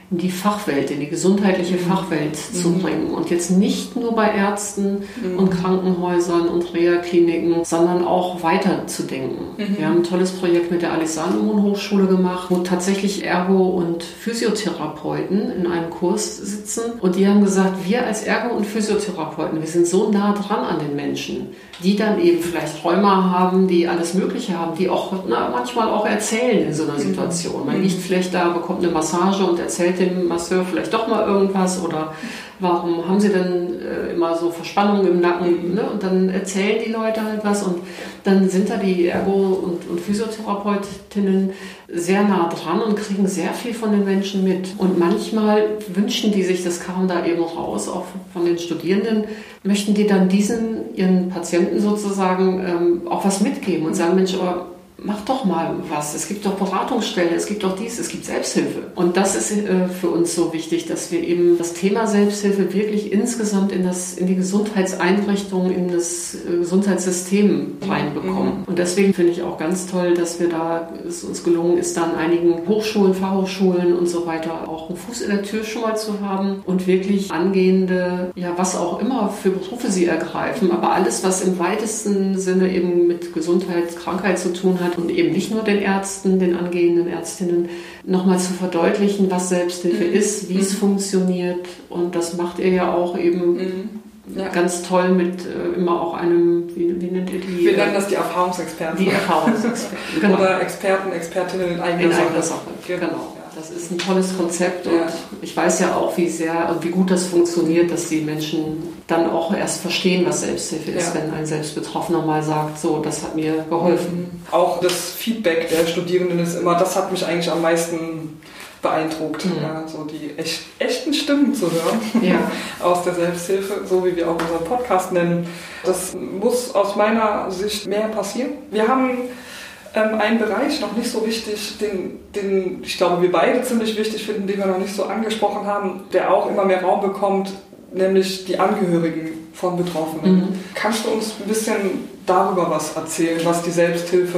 in die Fachwelt, in die gesundheitliche Fachwelt zu bringen. Und jetzt nicht nur bei Ärzten und Krankenhäusern und Reha-Kliniken, sondern auch weiter zu denken. Wir haben ein tolles Projekt mit der Alexander-Hochschule gemacht, wo tatsächlich Ergo- und Physiotherapeuten in einem Kurs sitzen. Und die haben gesagt, wir als Ergo- und Physiotherapeuten, wir sind so nah dran an den Menschen, die dann eben vielleicht Rheuma haben, die alles Mögliche haben, die auch manchmal auch erzählen in so einer Situation. Man liegt vielleicht da, bekommt eine Massage und erzählt dem Masseur vielleicht doch mal irgendwas oder warum haben sie denn immer so Verspannungen im Nacken? Ne? Und dann erzählen die Leute halt was und dann sind da die Ergo- und Physiotherapeutinnen sehr nah dran und kriegen sehr viel von den Menschen mit. Und manchmal wünschen die sich, das kam da eben raus, auch von den Studierenden, möchten die dann ihren Patienten sozusagen auch was mitgeben und sagen, Mensch, aber mach doch mal was. Es gibt doch Beratungsstellen, es gibt doch dies, es gibt Selbsthilfe. Und das ist für uns so wichtig, dass wir eben das Thema Selbsthilfe wirklich insgesamt in die Gesundheitseinrichtungen, in das Gesundheitssystem reinbekommen. Und deswegen finde ich auch ganz toll, dass es uns gelungen ist, da an einigen Hochschulen, Fachhochschulen und so weiter auch einen Fuß in der Tür schon mal zu haben und wirklich angehende, ja, was auch immer für Berufe sie ergreifen, aber alles, was im weitesten Sinne eben mit Gesundheit, Krankheit zu tun hat, und eben nicht nur den Ärzten, den angehenden Ärztinnen, nochmal zu verdeutlichen, was Selbsthilfe ist, wie es funktioniert. Und das macht ihr ja auch eben ganz toll mit immer auch einem, wie nennt ihr die? Wir nennen das die Erfahrungsexperten. Die Erfahrungsexperten, genau. Oder Experten, Expertinnen in eigener Sache. Genau. Das ist ein tolles Konzept und ich weiß ja auch, wie sehr und wie gut das funktioniert, dass die Menschen dann auch erst verstehen, was Selbsthilfe ist, wenn ein Selbstbetroffener mal sagt, so, das hat mir geholfen. Auch das Feedback der Studierenden ist immer, das hat mich eigentlich am meisten beeindruckt, so die echten Stimmen zu hören aus der Selbsthilfe, so wie wir auch unseren Podcast nennen. Das muss aus meiner Sicht mehr passieren. Wir haben einen Bereich noch nicht so wichtig, den ich glaube wir beide ziemlich wichtig finden, den wir noch nicht so angesprochen haben, der auch immer mehr Raum bekommt, nämlich die Angehörigen von Betroffenen. Kannst du uns ein bisschen darüber was erzählen, was die Selbsthilfe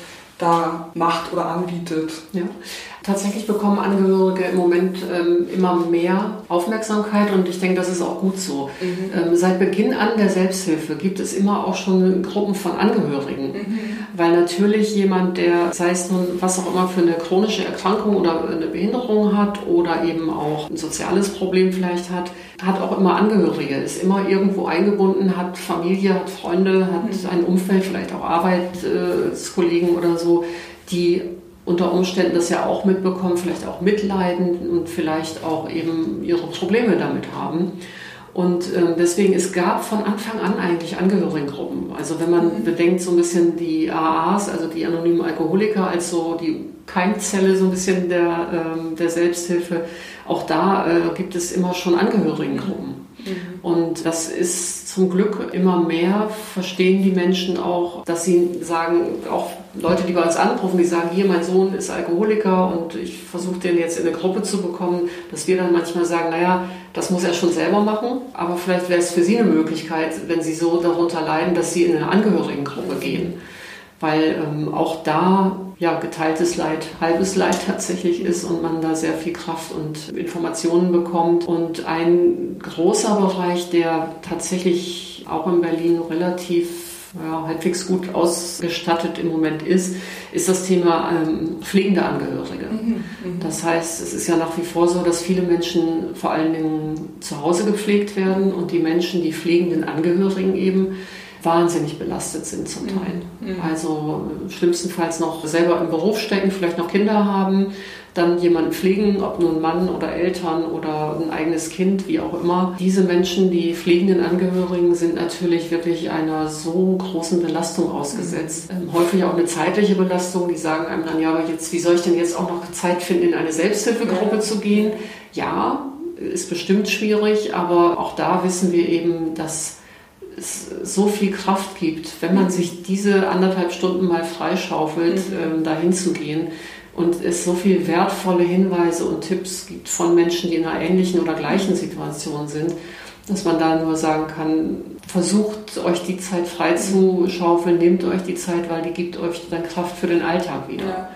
da macht oder anbietet? Ja. Tatsächlich bekommen Angehörige im Moment immer mehr Aufmerksamkeit und ich denke, das ist auch gut so. Seit Beginn an der Selbsthilfe gibt es immer auch schon Gruppen von Angehörigen, weil natürlich jemand, der, sei es nun was auch immer für eine chronische Erkrankung oder eine Behinderung hat oder eben auch ein soziales Problem vielleicht hat auch immer Angehörige, ist immer irgendwo eingebunden, hat Familie, hat Freunde, hat ein Umfeld, vielleicht auch Arbeitskollegen oder so, die unter Umständen das ja auch mitbekommen, vielleicht auch mitleiden und vielleicht auch eben ihre Probleme damit haben. Und deswegen, es gab von Anfang an eigentlich Angehörigengruppen. Also wenn man bedenkt, so ein bisschen die AAs, also die anonymen Alkoholiker, als so die Keimzelle so ein bisschen der Selbsthilfe, auch da gibt es immer schon Angehörigengruppen. Und das ist zum Glück immer mehr, verstehen die Menschen auch, dass sie sagen, auch Leute, die bei uns anrufen, die sagen, hier, mein Sohn ist Alkoholiker und ich versuche den jetzt in eine Gruppe zu bekommen, dass wir dann manchmal sagen, naja, das muss er schon selber machen, aber vielleicht wäre es für sie eine Möglichkeit, wenn sie so darunter leiden, dass sie in eine Angehörigengruppe gehen. Weil auch da geteiltes Leid, halbes Leid tatsächlich ist und man da sehr viel Kraft und Informationen bekommt. Und ein großer Bereich, der tatsächlich auch in Berlin relativ halbwegs gut ausgestattet im Moment ist das Thema pflegende Angehörige. Das heißt, es ist ja nach wie vor so, dass viele Menschen vor allen Dingen zu Hause gepflegt werden und die Menschen, die pflegenden Angehörigen eben, wahnsinnig belastet sind zum Teil. Also schlimmstenfalls noch selber im Beruf stecken, vielleicht noch Kinder haben, dann jemanden pflegen, ob nun Mann oder Eltern oder ein eigenes Kind, wie auch immer. Diese Menschen, die pflegenden Angehörigen, sind natürlich wirklich einer so großen Belastung ausgesetzt. Häufig auch eine zeitliche Belastung, die sagen einem dann, ja, aber jetzt, wie soll ich denn jetzt auch noch Zeit finden, in eine Selbsthilfegruppe zu gehen? Ja, ist bestimmt schwierig, aber auch da wissen wir eben, dass es so viel Kraft gibt, wenn man sich diese 1,5 Stunden mal freischaufelt, dahin zu gehen und es so viel wertvolle Hinweise und Tipps gibt von Menschen, die in einer ähnlichen oder gleichen Situation sind, dass man da nur sagen kann, versucht euch die Zeit frei zu schaufeln, nehmt euch die Zeit, weil die gibt euch dann Kraft für den Alltag wieder. Ja.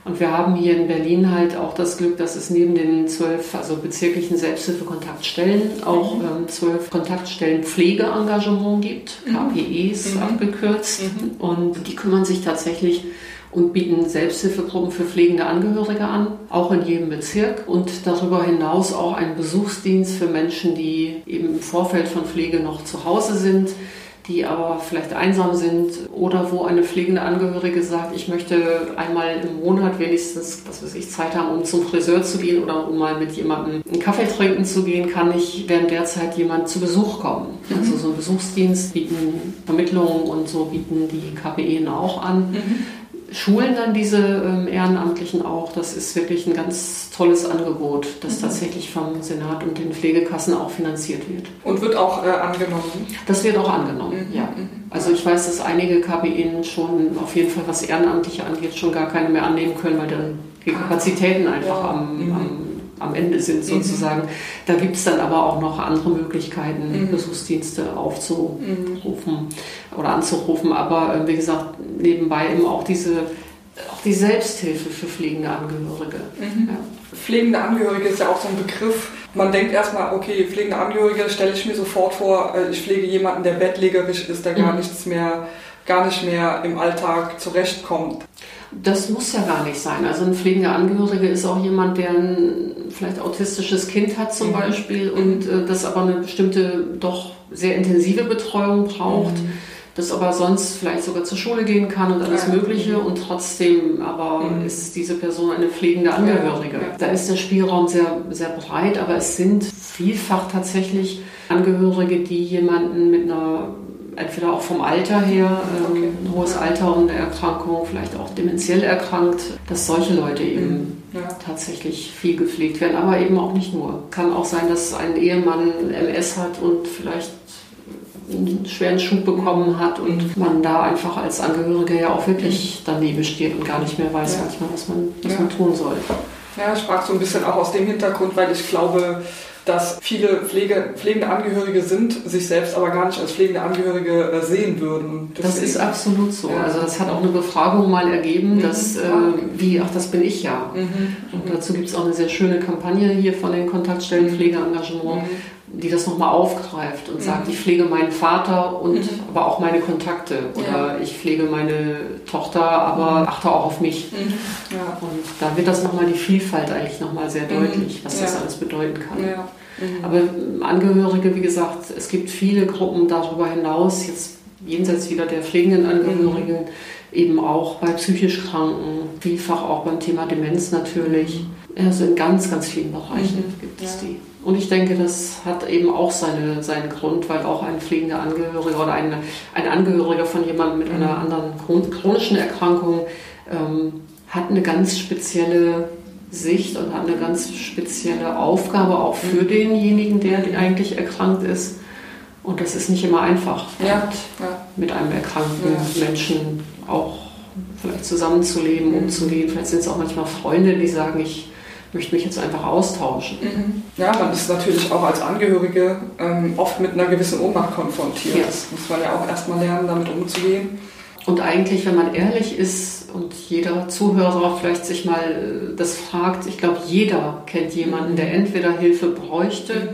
Und wir haben hier in Berlin halt auch das Glück, dass es neben den 12 bezirklichen Selbsthilfe-Kontaktstellen auch 12 Kontaktstellen Pflegeengagement gibt, KPEs abgekürzt. Und die kümmern sich tatsächlich und bieten Selbsthilfegruppen für pflegende Angehörige an, auch in jedem Bezirk. Und darüber hinaus auch einen Besuchsdienst für Menschen, die eben im Vorfeld von Pflege noch zu Hause sind, die aber vielleicht einsam sind oder wo eine pflegende Angehörige sagt, ich möchte einmal im Monat wenigstens, Zeit haben, um zum Friseur zu gehen oder um mal mit jemandem einen Kaffee trinken zu gehen, kann ich während der Zeit jemand zu Besuch kommen. Also so ein Besuchsdienst bieten Vermittlungen und so bieten die KPE auch an. Schulen dann diese Ehrenamtlichen auch. Das ist wirklich ein ganz tolles Angebot, das tatsächlich vom Senat und den Pflegekassen auch finanziert wird. Und wird auch angenommen? Das wird auch angenommen, ja. Also ich weiß, dass einige KPEen schon auf jeden Fall, was Ehrenamtliche angeht, schon gar keine mehr annehmen können, weil die Kapazitäten einfach am Ende sind sozusagen. Da gibt es dann aber auch noch andere Möglichkeiten, Besuchsdienste aufzurufen oder anzurufen. Aber wie gesagt, nebenbei eben auch die Selbsthilfe für pflegende Angehörige. Ja. Pflegende Angehörige ist ja auch so ein Begriff. Man denkt erstmal, okay, pflegende Angehörige stelle ich mir sofort vor, ich pflege jemanden, der bettlägerig ist, der gar nicht mehr im Alltag zurechtkommt. Das muss ja gar nicht sein. Also ein pflegender Angehörige ist auch jemand, der ein vielleicht autistisches Kind hat zum Beispiel und das aber eine bestimmte, doch sehr intensive Betreuung braucht, das aber sonst vielleicht sogar zur Schule gehen kann und alles Mögliche und trotzdem aber ist diese Person eine pflegende Angehörige. Da ist der Spielraum sehr, sehr breit, aber es sind vielfach tatsächlich Angehörige, die jemanden mit einer entweder auch vom Alter her, ein hohes Alter und eine Erkrankung, vielleicht auch dementiell erkrankt, dass solche Leute eben tatsächlich viel gepflegt werden, aber eben auch nicht nur. Kann auch sein, dass ein Ehemann MS hat und vielleicht einen schweren Schub bekommen hat und man da einfach als Angehöriger ja auch wirklich daneben steht und gar nicht mehr weiß manchmal, was man tun soll. Ja, ich frage so ein bisschen auch aus dem Hintergrund, weil ich glaube, dass viele pflegende Angehörige sich selbst aber gar nicht als pflegende Angehörige sehen würden. Deswegen. Das ist absolut so. Ja. Also das hat auch eine Befragung mal ergeben, dass das bin ich ja. Und dazu gibt es auch eine sehr schöne Kampagne hier von den Kontaktstellen Pflegeengagement, die das nochmal aufgreift und sagt, ich pflege meinen Vater und aber auch meine Kontakte oder ich pflege meine Tochter, aber achte auch auf mich. Ja. Und da wird das nochmal die Vielfalt eigentlich nochmal sehr deutlich, was das alles bedeuten kann. Ja. Aber Angehörige, wie gesagt, es gibt viele Gruppen darüber hinaus, jetzt jenseits wieder der pflegenden Angehörigen, eben auch bei psychisch Kranken, vielfach auch beim Thema Demenz natürlich. Also in ganz, ganz vielen Bereichen gibt es die. Und ich denke, das hat eben auch seinen Grund, weil auch ein pflegender Angehöriger oder ein Angehöriger von jemandem mit einer anderen chronischen Erkrankung hat eine ganz spezielle Sicht und hat eine ganz spezielle Aufgabe auch für denjenigen, der eigentlich erkrankt ist. Und das ist nicht immer einfach, mit einem erkrankten Menschen auch vielleicht zusammenzuleben, umzugehen. Vielleicht sind es auch manchmal Freunde, die sagen, ich möchte mich jetzt einfach austauschen. Ja, man ist natürlich auch als Angehörige oft mit einer gewissen Ohnmacht konfrontiert. Ja. Das muss man ja auch erstmal lernen, damit umzugehen. Und eigentlich, wenn man ehrlich ist und jeder Zuhörer vielleicht sich mal das fragt, ich glaube, jeder kennt jemanden, der entweder Hilfe bräuchte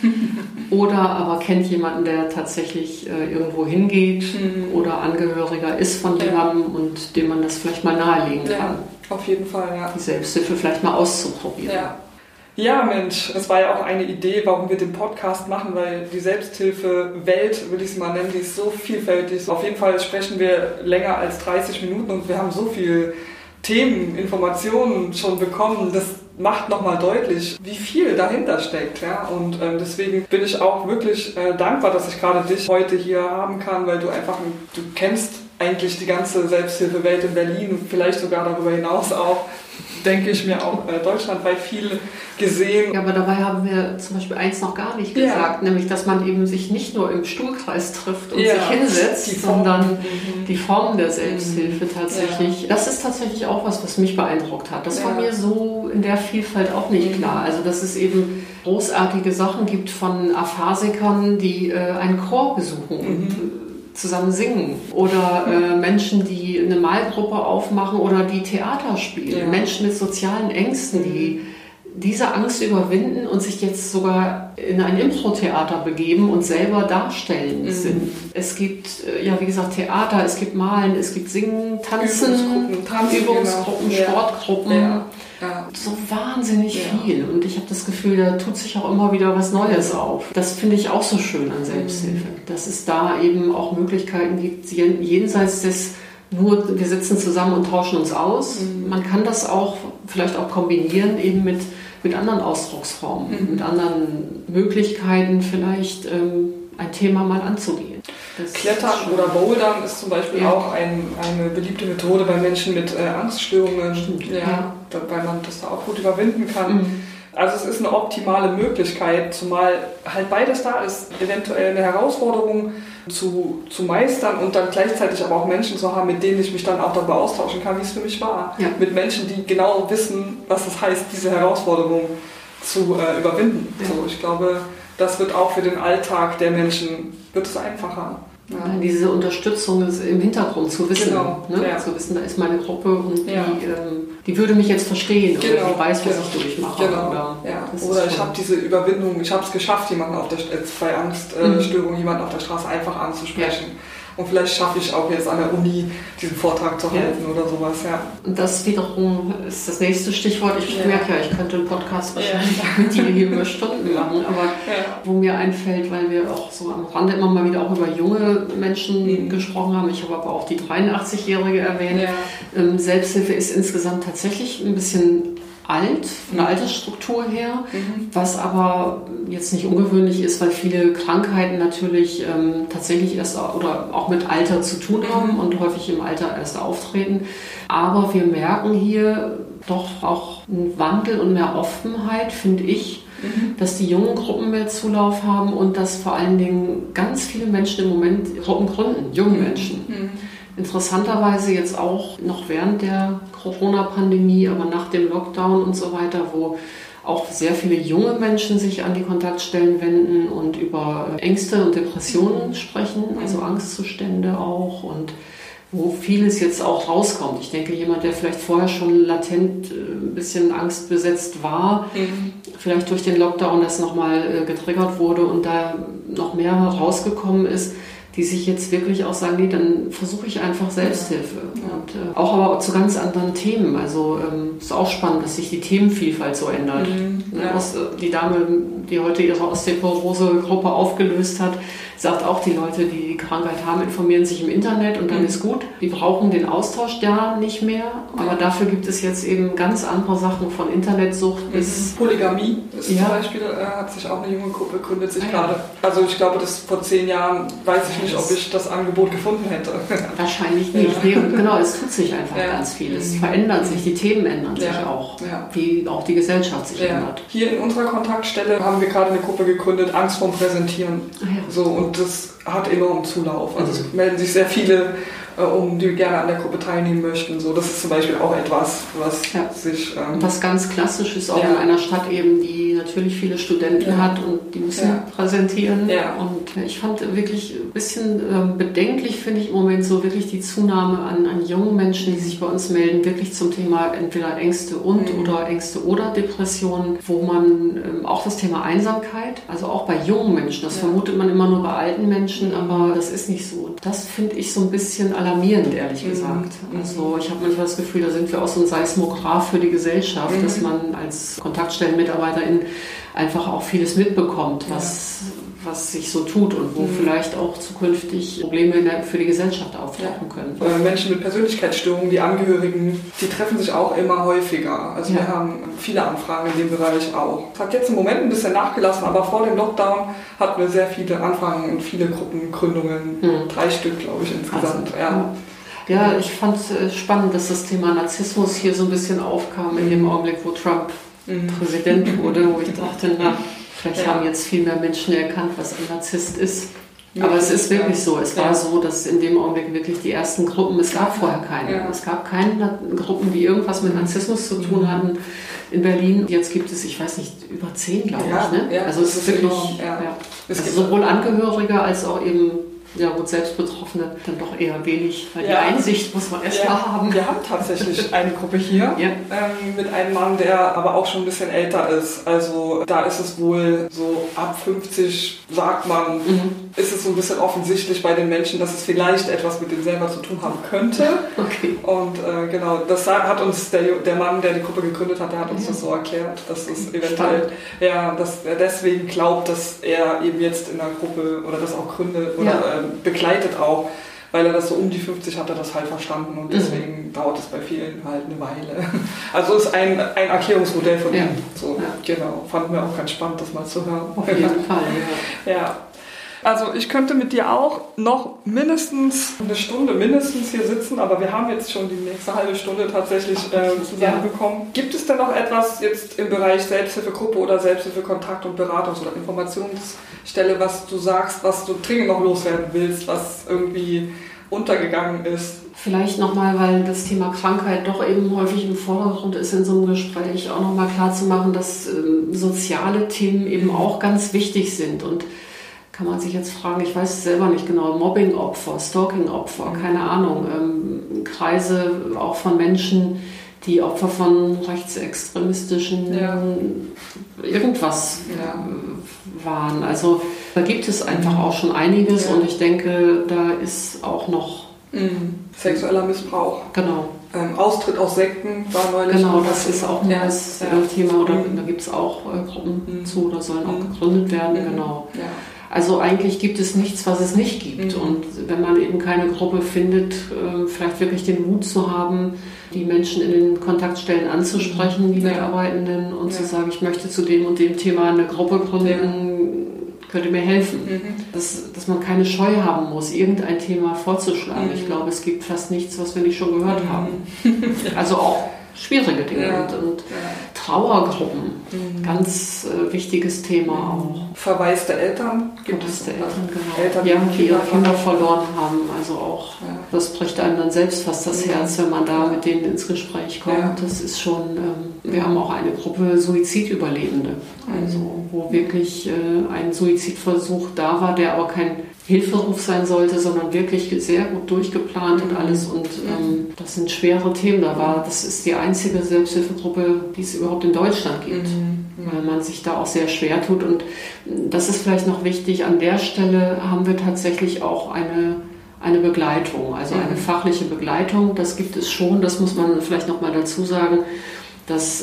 oder aber kennt jemanden, der tatsächlich irgendwo hingeht oder Angehöriger ist von jemandem und dem man das vielleicht mal nahelegen kann. Auf jeden Fall, ja. Die Selbsthilfe vielleicht mal auszuprobieren. Ja, Mensch, es war ja auch eine Idee, warum wir den Podcast machen, weil die Selbsthilfe-Welt, will ich es mal nennen, die ist so vielfältig. Auf jeden Fall sprechen wir länger als 30 Minuten und wir haben so viele Themen, Informationen schon bekommen. Das macht nochmal deutlich, wie viel dahinter steckt. Ja? Und deswegen bin ich auch wirklich dankbar, dass ich gerade dich heute hier haben kann, weil du kennst eigentlich die ganze Selbsthilfewelt in Berlin, vielleicht sogar darüber hinaus auch, denke ich mir, auch deutschlandweit viel gesehen. Ja, aber dabei haben wir zum Beispiel eins noch gar nicht gesagt, nämlich, dass man eben sich nicht nur im Stuhlkreis trifft und sich hinsetzt, sondern die Form der Selbsthilfe tatsächlich. Ja. Das ist tatsächlich auch was mich beeindruckt hat. Das war mir so in der Vielfalt auch nicht klar. Also, dass es eben großartige Sachen gibt von Aphasikern, die einen Chor besuchen und zusammen singen oder Menschen, die eine Malgruppe aufmachen oder die Theater spielen. Menschen mit sozialen Ängsten, die diese Angst überwinden und sich jetzt sogar in ein Impro-Theater begeben und selber darstellen sind. Es gibt, wie gesagt, Theater, es gibt Malen, es gibt Singen, Tanzen, Übungsgruppen, Sportgruppen. Ja. So wahnsinnig viel. Und ich habe das Gefühl, da tut sich auch immer wieder was Neues auf. Das finde ich auch so schön an Selbsthilfe, dass es da eben auch Möglichkeiten gibt, jenseits des nur, wir sitzen zusammen und tauschen uns aus. Man kann das auch vielleicht auch kombinieren eben mit anderen Ausdrucksformen, mit anderen Möglichkeiten vielleicht ein Thema mal anzugehen. Klettern oder Bouldern ist zum Beispiel auch eine beliebte Methode bei Menschen mit Angststörungen, weil man das da auch gut überwinden kann. Also es ist eine optimale Möglichkeit, zumal halt beides da ist, eventuell eine Herausforderung zu meistern und dann gleichzeitig aber auch Menschen zu haben, mit denen ich mich dann auch darüber austauschen kann, wie es für mich war. Ja. Mit Menschen, die genau wissen, was es heißt, diese Herausforderung zu überwinden. Ja. So, ich glaube, das wird auch für den Alltag der Menschen wird es einfacher. Ja. Diese Unterstützung ist im Hintergrund zu wissen. Zu wissen, da ist meine Gruppe und die würde mich jetzt verstehen oder die weiß, was ich durchmache. Oder ich habe diese Überwindung, ich habe es geschafft, jemanden bei Angststörungen jemanden auf der Straße einfach anzusprechen. Ja. Und vielleicht schaffe ich auch jetzt an der Uni diesen Vortrag zu halten oder sowas. Ja. Und das wiederum ist das nächste Stichwort. Ich merke ich könnte einen Podcast wahrscheinlich mit dir hier über Stunden machen. Aber wo mir einfällt, weil wir auch so am Rande immer mal wieder auch über junge Menschen gesprochen haben. Ich habe aber auch die 83-Jährige erwähnt. Ja. Selbsthilfe ist insgesamt tatsächlich ein bisschen alt, von der Altersstruktur her, was aber jetzt nicht ungewöhnlich ist, weil viele Krankheiten natürlich tatsächlich erst oder auch mit Alter zu tun haben und häufig im Alter erst auftreten. Aber wir merken hier doch auch einen Wandel und mehr Offenheit, finde ich, dass die jungen Gruppen mehr Zulauf haben und dass vor allen Dingen ganz viele Menschen im Moment Gruppen gründen, junge Menschen. Interessanterweise jetzt auch noch während der Corona-Pandemie, aber nach dem Lockdown und so weiter, wo auch sehr viele junge Menschen sich an die Kontaktstellen wenden und über Ängste und Depressionen sprechen, also Angstzustände auch und wo vieles jetzt auch rauskommt. Ich denke, jemand, der vielleicht vorher schon latent ein bisschen angstbesetzt war, vielleicht durch den Lockdown das nochmal getriggert wurde und da noch mehr rausgekommen ist, die sich jetzt wirklich auch sagen, nee, dann versuche ich einfach Selbsthilfe. Und auch aber zu ganz anderen Themen. Also ist auch spannend, dass sich die Themenvielfalt so ändert. Die Dame, die heute ihre Osteoporose-Gruppe aufgelöst hat, sagt auch, die Leute, die die Krankheit haben, informieren sich im Internet und dann ist gut. Die brauchen den Austausch nicht mehr. Aber dafür gibt es jetzt eben ganz andere Sachen von Internetsucht bis Polygamie ist zum Beispiel, hat sich auch eine junge Gruppe gegründet, sich gerade. Also ich glaube, das vor 10 Jahren weiß ich nicht, ob ich das Angebot gefunden hätte. Wahrscheinlich nicht. Nee, genau, es tut sich einfach ganz viel. Es verändert sich, die Themen ändern sich auch, wie auch die Gesellschaft sich ändert. Hier in unserer Kontaktstelle haben wir gerade eine Gruppe gegründet, Angst vorm Präsentieren. So, und das hat enormen Zulauf. Also es melden sich sehr viele, die gerne an der Gruppe teilnehmen möchten. So, das ist zum Beispiel auch etwas, was sich... was ganz klassisch ist, auch in einer Stadt eben, die natürlich viele Studenten hat und die müssen präsentieren. Ja. Und ich fand wirklich ein bisschen bedenklich, finde ich im Moment so wirklich die Zunahme an jungen Menschen, die sich bei uns melden, wirklich zum Thema entweder Ängste oder Depressionen, wo man auch das Thema Einsamkeit, also auch bei jungen Menschen, das vermutet man immer nur bei alten Menschen, aber das ist nicht so. Das finde ich so ein bisschen alarmierend, ehrlich gesagt. Also ich habe manchmal das Gefühl, da sind wir auch so ein Seismograph für die Gesellschaft, dass man als Kontaktstellenmitarbeiterin einfach auch vieles mitbekommt, was sich so tut und wo vielleicht auch zukünftig Probleme für die Gesellschaft auftauchen können. Menschen mit Persönlichkeitsstörungen, die Angehörigen, die treffen sich auch immer häufiger. Also wir haben viele Anfragen in dem Bereich auch. Es hat jetzt im Moment ein bisschen nachgelassen, aber vor dem Lockdown hatten wir sehr viele Anfragen und viele Gruppengründungen. 3 Stück, glaube ich, insgesamt. Also, ja, ich fand es spannend, dass das Thema Narzissmus hier so ein bisschen aufkam in dem Augenblick, wo Trump Präsident wurde, wo ich dachte, vielleicht haben jetzt viel mehr Menschen erkannt, was ein Narzisst ist. Aber es ist wirklich so. Es war so, dass in dem Augenblick wirklich die ersten Gruppen, es gab vorher keine. Es gab keine Gruppen, die irgendwas mit Narzissmus zu tun hatten in Berlin. Jetzt gibt es, ich weiß nicht, über 10, glaube ich. Ne? Also es ist wirklich, also sowohl Angehörige als auch eben ja gut, Selbstbetroffene dann doch eher wenig, weil die Einsicht muss man erst mal haben. Wir haben tatsächlich eine Gruppe hier mit einem Mann, der aber auch schon ein bisschen älter ist. Also da ist es wohl so ab 50, sagt man, ist es so ein bisschen offensichtlich bei den Menschen, dass es vielleicht etwas mit dem selber zu tun haben könnte. Okay. Und genau, das hat uns der Mann, der die Gruppe gegründet hat, der hat uns das so erklärt, dass es eventuell, dass er deswegen glaubt, dass er eben jetzt in der Gruppe oder das auch gründet oder begleitet auch, weil er das so um die 50 hat er das halt verstanden und deswegen dauert es bei vielen halt eine Weile. Also ist ein Erklärungsmodell von ihm. So, genau, fanden wir auch ganz spannend, das mal zu hören. Auf jeden Fall, ja. Also ich könnte mit dir auch noch mindestens eine Stunde hier sitzen, aber wir haben jetzt schon die nächste halbe Stunde tatsächlich zusammenbekommen. Gibt es denn noch etwas jetzt im Bereich Selbsthilfegruppe oder Selbsthilfekontakt und Beratungs- oder Informationsstelle, was du sagst, was du dringend noch loswerden willst, was irgendwie untergegangen ist? Vielleicht nochmal, weil das Thema Krankheit doch eben häufig im Vordergrund ist in so einem Gespräch, auch nochmal klar zu machen, dass soziale Themen eben auch ganz wichtig sind. Und kann man sich jetzt fragen, ich weiß es selber nicht genau, Mobbing-Opfer, Stalking-Opfer, keine Ahnung, Kreise auch von Menschen, die Opfer von rechtsextremistischen irgendwas waren. Also da gibt es einfach auch schon einiges und ich denke, da ist auch noch sexueller Missbrauch. Genau. Austritt aus Sekten war neulich. Genau, das ist auch ein Thema, oder da gibt es auch Gruppen zu oder sollen auch gegründet werden, genau. Ja. Also eigentlich gibt es nichts, was es nicht gibt. Und wenn man eben keine Gruppe findet, vielleicht wirklich den Mut zu haben, die Menschen in den Kontaktstellen anzusprechen, die Mitarbeitenden, und zu sagen, ich möchte zu dem und dem Thema eine Gruppe gründen, könnt ihr mir helfen. Dass man keine Scheu haben muss, irgendein Thema vorzuschlagen. Ich glaube, es gibt fast nichts, was wir nicht schon gehört haben. Also auch schwierige Dinge und Trauergruppen, ganz wichtiges Thema auch. Verwaiste Eltern gibt es. Eltern, die ihre Kinder verloren haben, also auch, das bricht einem dann selbst fast das Herz, wenn man da mit denen ins Gespräch kommt. Das ist schon, wir haben auch eine Gruppe Suizidüberlebende, also wo wirklich ein Suizidversuch da war, der aber kein Hilferuf sein sollte, sondern wirklich sehr gut durchgeplant und alles. Und das sind schwere Themen. Das ist die einzige Selbsthilfegruppe, die es überhaupt in Deutschland gibt, weil man sich da auch sehr schwer tut. Und das ist vielleicht noch wichtig, an der Stelle haben wir tatsächlich auch eine Begleitung, also eine fachliche Begleitung. Das gibt es schon, das muss man vielleicht noch mal dazu sagen, dass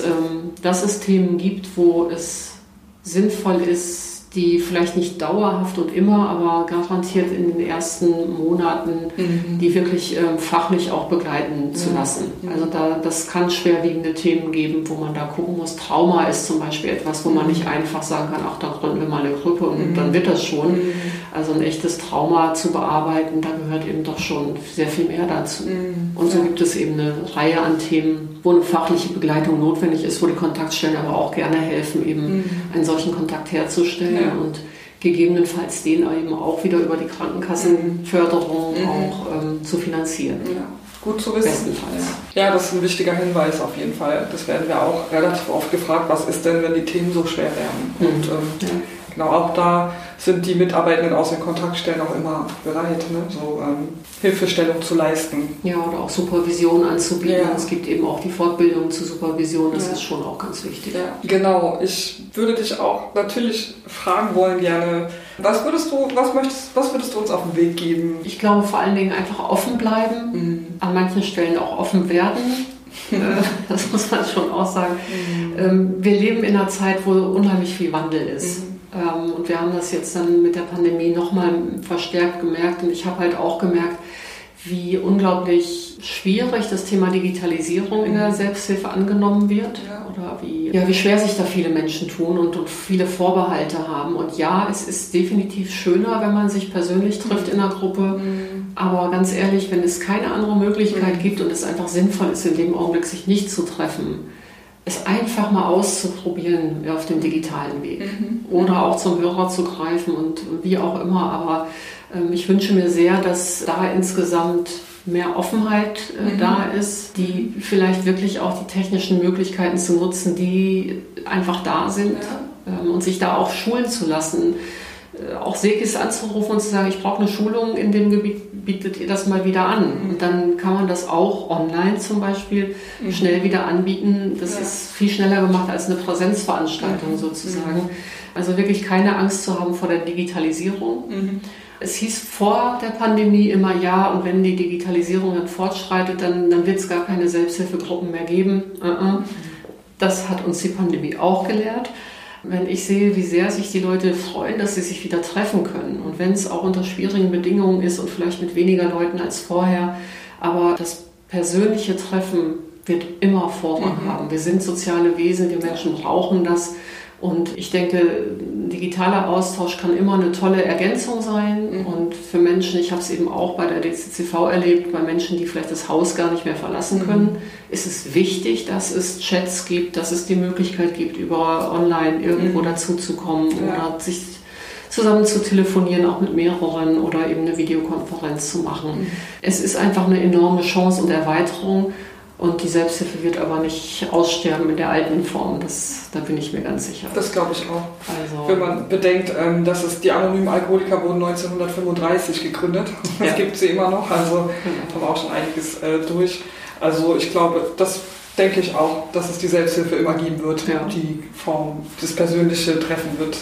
es Themen gibt, wo es sinnvoll ist, die vielleicht nicht dauerhaft und immer, aber garantiert in den ersten Monaten, die wirklich fachlich auch begleiten zu lassen. Also das kann schwerwiegende Themen geben, wo man da gucken muss. Trauma ist zum Beispiel etwas, wo man nicht einfach sagen kann, ach, da gründen wir mal eine Gruppe und dann wird das schon. Also ein echtes Trauma zu bearbeiten, da gehört eben doch schon sehr viel mehr dazu. Und so gibt es eben eine Reihe an Themen, wo eine fachliche Begleitung notwendig ist, wo die Kontaktstellen aber auch gerne helfen, eben einen solchen Kontakt herzustellen und gegebenenfalls den eben auch wieder über die Krankenkassenförderung auch zu finanzieren. Ja. Gut zu wissen. Bestenfalls. Ja, das ist ein wichtiger Hinweis auf jeden Fall. Das werden wir auch relativ oft gefragt, was ist denn, wenn die Themen so schwer werden? Und genau, auch da sind die Mitarbeitenden aus den Kontaktstellen auch immer bereit, so Hilfestellung zu leisten. Ja, oder auch Supervision anzubieten. Ja. Es gibt eben auch die Fortbildung zur Supervision, das ist schon auch ganz wichtig. Ja. Genau, ich würde dich auch natürlich fragen wollen gerne, was würdest du uns auf den Weg geben? Ich glaube vor allen Dingen einfach offen bleiben, an manchen Stellen auch offen werden. Das muss man schon auch sagen. Wir leben in einer Zeit, wo unheimlich viel Wandel ist. Und wir haben das jetzt dann mit der Pandemie nochmal verstärkt gemerkt. Und ich habe halt auch gemerkt, wie unglaublich schwierig das Thema Digitalisierung in der Selbsthilfe angenommen wird. Oder wie schwer sich da viele Menschen tun und viele Vorbehalte haben. Und ja, es ist definitiv schöner, wenn man sich persönlich trifft in einer Gruppe. Aber ganz ehrlich, wenn es keine andere Möglichkeit gibt und es einfach sinnvoll ist, in dem Augenblick sich nicht zu treffen, es einfach mal auszuprobieren auf dem digitalen Weg oder auch zum Hörer zu greifen und wie auch immer. Aber ich wünsche mir sehr, dass da insgesamt mehr Offenheit da ist, die vielleicht wirklich auch die technischen Möglichkeiten zu nutzen, die einfach da sind und sich da auch schulen zu lassen, auch Sekis anzurufen und zu sagen, ich brauche eine Schulung in dem Gebiet, bietet ihr das mal wieder an. Und dann kann man das auch online zum Beispiel schnell wieder anbieten. Das ist viel schneller gemacht als eine Präsenzveranstaltung sozusagen. Also wirklich keine Angst zu haben vor der Digitalisierung. Es hieß vor der Pandemie immer, ja, und wenn die Digitalisierung dann fortschreitet, dann wird es gar keine Selbsthilfegruppen mehr geben. Das hat uns die Pandemie auch gelehrt. Wenn ich sehe, wie sehr sich die Leute freuen, dass sie sich wieder treffen können und wenn es auch unter schwierigen Bedingungen ist und vielleicht mit weniger Leuten als vorher, aber das persönliche Treffen wird immer Vorrang haben. Wir sind soziale Wesen, wir Menschen brauchen das. Und ich denke, digitaler Austausch kann immer eine tolle Ergänzung sein. Und für Menschen, ich habe es eben auch bei der DCCV erlebt, bei Menschen, die vielleicht das Haus gar nicht mehr verlassen können, ist es wichtig, dass es Chats gibt, dass es die Möglichkeit gibt, über online irgendwo dazuzukommen oder sich zusammen zu telefonieren, auch mit mehreren oder eben eine Videokonferenz zu machen. Es ist einfach eine enorme Chance und Erweiterung. Und die Selbsthilfe wird aber nicht aussterben in der alten Form, da bin ich mir ganz sicher. Das glaube ich auch. Also, wenn man bedenkt, dass die anonymen Alkoholiker wurden 1935 gegründet, das gibt sie immer noch, also haben wir auch schon einiges durch. Also ich glaube, das denke ich auch, dass es die Selbsthilfe immer geben wird. Die Form, das persönliche Treffen wird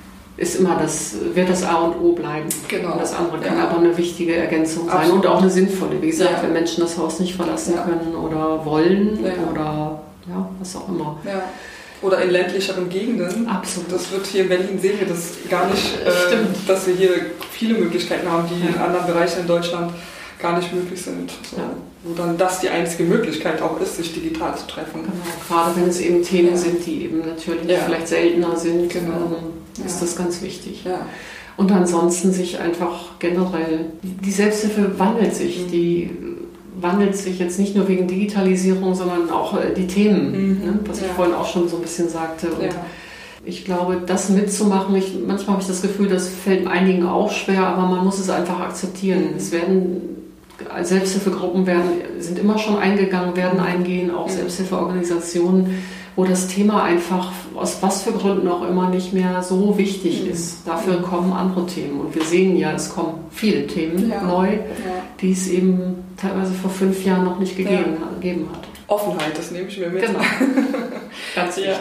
das A und O bleiben. Genau. Und das andere kann aber eine wichtige Ergänzung sein. Absolut. Und auch eine sinnvolle. Wie gesagt, wenn Menschen das Haus nicht verlassen können oder wollen oder was auch immer. Ja. Oder in ländlicheren Gegenden. Absolut. Das wird hier in Berlin, sehen wir das gar nicht, dass wir hier viele Möglichkeiten haben, die in anderen Bereichen in Deutschland gar nicht möglich sind. So. Wo dann das die einzige Möglichkeit auch ist, sich digital zu treffen. Genau. Gerade wenn es eben Themen sind, die eben natürlich vielleicht seltener sind, ist das ganz wichtig. Ja. Und ansonsten sich einfach generell, die Selbsthilfe wandelt sich, die wandelt sich jetzt nicht nur wegen Digitalisierung, sondern auch die Themen, was ich vorhin auch schon so ein bisschen sagte. Und ich glaube, das mitzumachen, manchmal habe ich das Gefühl, das fällt einigen auch schwer, aber man muss es einfach akzeptieren. Es werden Selbsthilfegruppen sind immer schon eingegangen, werden eingehen, auch Selbsthilfeorganisationen, wo das Thema einfach aus was für Gründen auch immer nicht mehr so wichtig ist. Dafür kommen andere Themen. Und wir sehen ja, es kommen viele Themen neu, die es eben teilweise vor 5 Jahren noch nicht gegeben hat. Offenheit, das nehme ich mir mit. Genau. Ganz wichtig.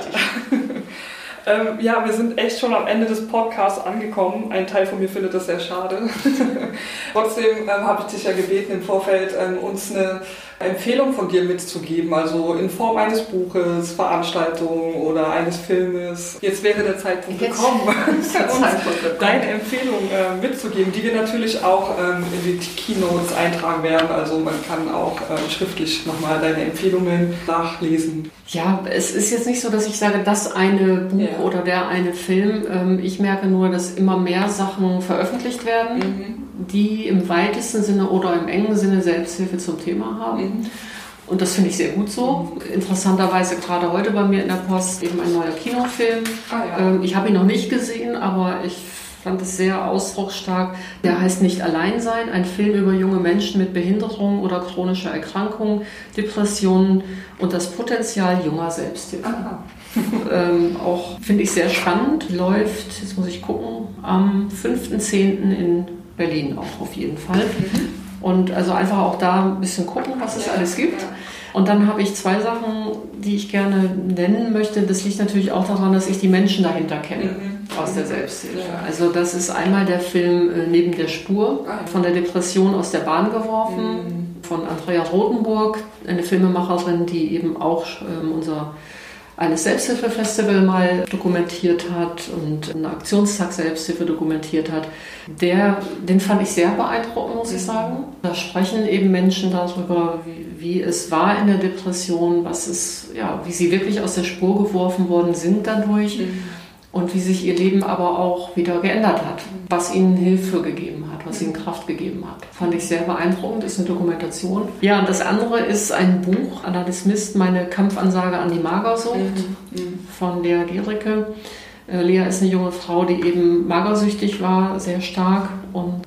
Wir sind echt schon am Ende des Podcasts angekommen. Ein Teil von mir findet das sehr schade. Trotzdem habe ich dich ja gebeten, im Vorfeld uns eine Empfehlung von dir mitzugeben, also in Form eines Buches, Veranstaltungen oder eines Filmes. Jetzt wäre der Zeitpunkt gekommen, uns deine Empfehlung mitzugeben, die wir natürlich auch in die Keynotes eintragen werden. Also man kann auch schriftlich nochmal deine Empfehlungen nachlesen. Ja, es ist jetzt nicht so, dass ich sage, das eine Buch oder der eine Film. Ich merke nur, dass immer mehr Sachen veröffentlicht werden, die im weitesten Sinne oder im engen Sinne Selbsthilfe zum Thema haben. Und das finde ich sehr gut so. Interessanterweise gerade heute bei mir in der Post eben ein neuer Kinofilm. Ich habe ihn noch nicht gesehen, aber ich fand es sehr ausdrucksstark. Der heißt Nicht allein sein, ein Film über junge Menschen mit Behinderung oder chronischer Erkrankung, Depressionen und das Potenzial junger Selbsthilfe. Auch finde ich sehr spannend. Läuft, jetzt muss ich gucken, am 5.10. in Berlin auch auf jeden Fall. Und also einfach auch da ein bisschen gucken, was es alles gibt. Und dann habe ich 2 Sachen, die ich gerne nennen möchte. Das liegt natürlich auch daran, dass ich die Menschen dahinter kenne aus der Selbsthilfe. Also das ist einmal der Film Neben der Spur, von der Depression aus der Bahn geworfen, von Andrea Rothenburg, eine Filmemacherin, die eben auch eines Selbsthilfefestival mal dokumentiert hat und einen Aktionstag Selbsthilfe dokumentiert hat. Den fand ich sehr beeindruckend, muss ich sagen. Da sprechen eben Menschen darüber, wie es war in der Depression, wie sie wirklich aus der Spur geworfen worden sind dadurch und wie sich ihr Leben aber auch wieder geändert hat, was ihnen Hilfe gegeben hat, was ihnen Kraft gegeben hat. Fand ich sehr beeindruckend, ist eine Dokumentation. Ja, und das andere ist ein Buch, Anna Dismist, meine Kampfansage an die Magersucht von Lea Gericke. Lea ist eine junge Frau, die eben magersüchtig war, sehr stark und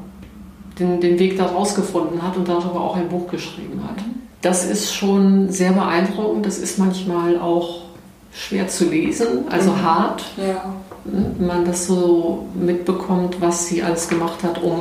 den Weg da rausgefunden hat und darüber auch ein Buch geschrieben hat. Das ist schon sehr beeindruckend, das ist manchmal auch schwer zu lesen, also hart. wenn man das so mitbekommt, was sie alles gemacht hat, um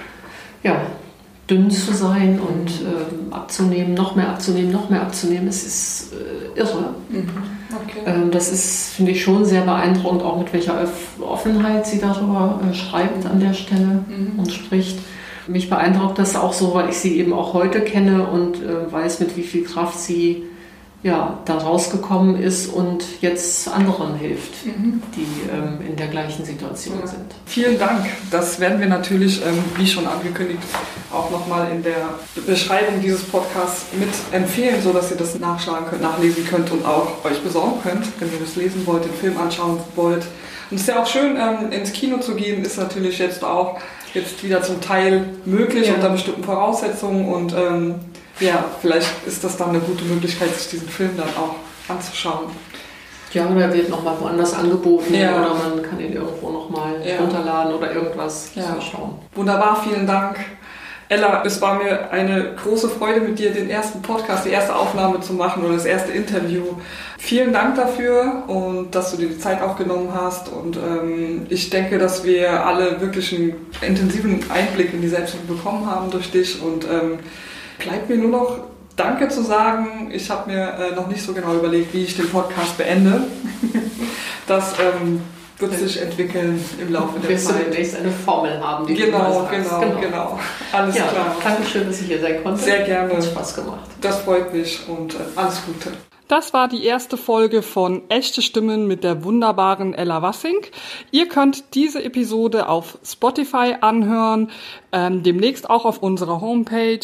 dünn zu sein und abzunehmen, noch mehr abzunehmen. Es ist irre. Okay. Das ist, finde ich, schon sehr beeindruckend, auch mit welcher Offenheit sie darüber schreibt an der Stelle und spricht. Mich beeindruckt das auch so, weil ich sie eben auch heute kenne und weiß, mit wie viel Kraft sie da rausgekommen ist und jetzt anderen hilft, die in der gleichen Situation sind. Vielen Dank. Das werden wir natürlich, wie schon angekündigt, auch nochmal in der Beschreibung dieses Podcasts mit empfehlen, sodass ihr das nachschlagen könnt, nachlesen könnt und auch euch besorgen könnt, wenn ihr das lesen wollt, den Film anschauen wollt. Und es ist ja auch schön, ins Kino zu gehen, ist natürlich jetzt wieder zum Teil möglich unter bestimmten Voraussetzungen und vielleicht ist das dann eine gute Möglichkeit, sich diesen Film dann auch anzuschauen. Ja, oder er wird nochmal woanders angeboten oder man kann ihn irgendwo nochmal runterladen oder irgendwas schauen. Wunderbar, vielen Dank. Ella, es war mir eine große Freude, mit dir den ersten Podcast, die erste Aufnahme zu machen oder das erste Interview. Vielen Dank dafür und dass du dir die Zeit auch genommen hast. Und ich denke, dass wir alle wirklich einen intensiven Einblick in die Selbsthilfe bekommen haben durch dich. Und bleibt mir nur noch Danke zu sagen. Ich habe mir noch nicht so genau überlegt, wie ich den Podcast beende. Das wird sich entwickeln im Laufe der Zeit. Wirst du demnächst eine Formel haben, die genau. Alles klar. Danke schön, dass ich hier sein konnte. Sehr gerne. Hat Spaß gemacht. Das freut mich und alles Gute. Das war die erste Folge von Echte Stimmen mit der wunderbaren Ella Wassing. Ihr könnt diese Episode auf Spotify anhören, demnächst auch auf unserer Homepage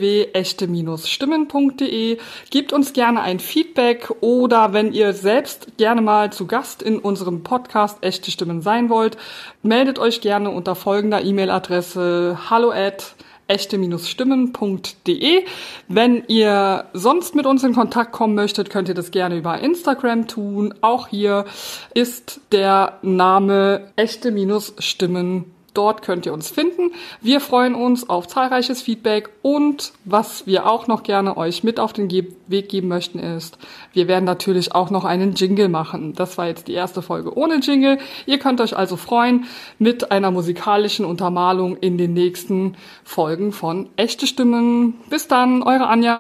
www.echte-stimmen.de. Gebt uns gerne ein Feedback oder wenn ihr selbst gerne mal zu Gast in unserem Podcast Echte Stimmen sein wollt, meldet euch gerne unter folgender E-Mail-Adresse hallo@echte-stimmen.de. Wenn ihr sonst mit uns in Kontakt kommen möchtet, könnt ihr das gerne über Instagram tun. Auch hier ist der Name Echte-Stimmen. Dort könnt ihr uns finden. Wir freuen uns auf zahlreiches Feedback und was wir auch noch gerne euch mit auf den Weg geben möchten ist, wir werden natürlich auch noch einen Jingle machen. Das war jetzt die erste Folge ohne Jingle. Ihr könnt euch also freuen mit einer musikalischen Untermalung in den nächsten Folgen von Echte Stimmen. Bis dann, eure Anja.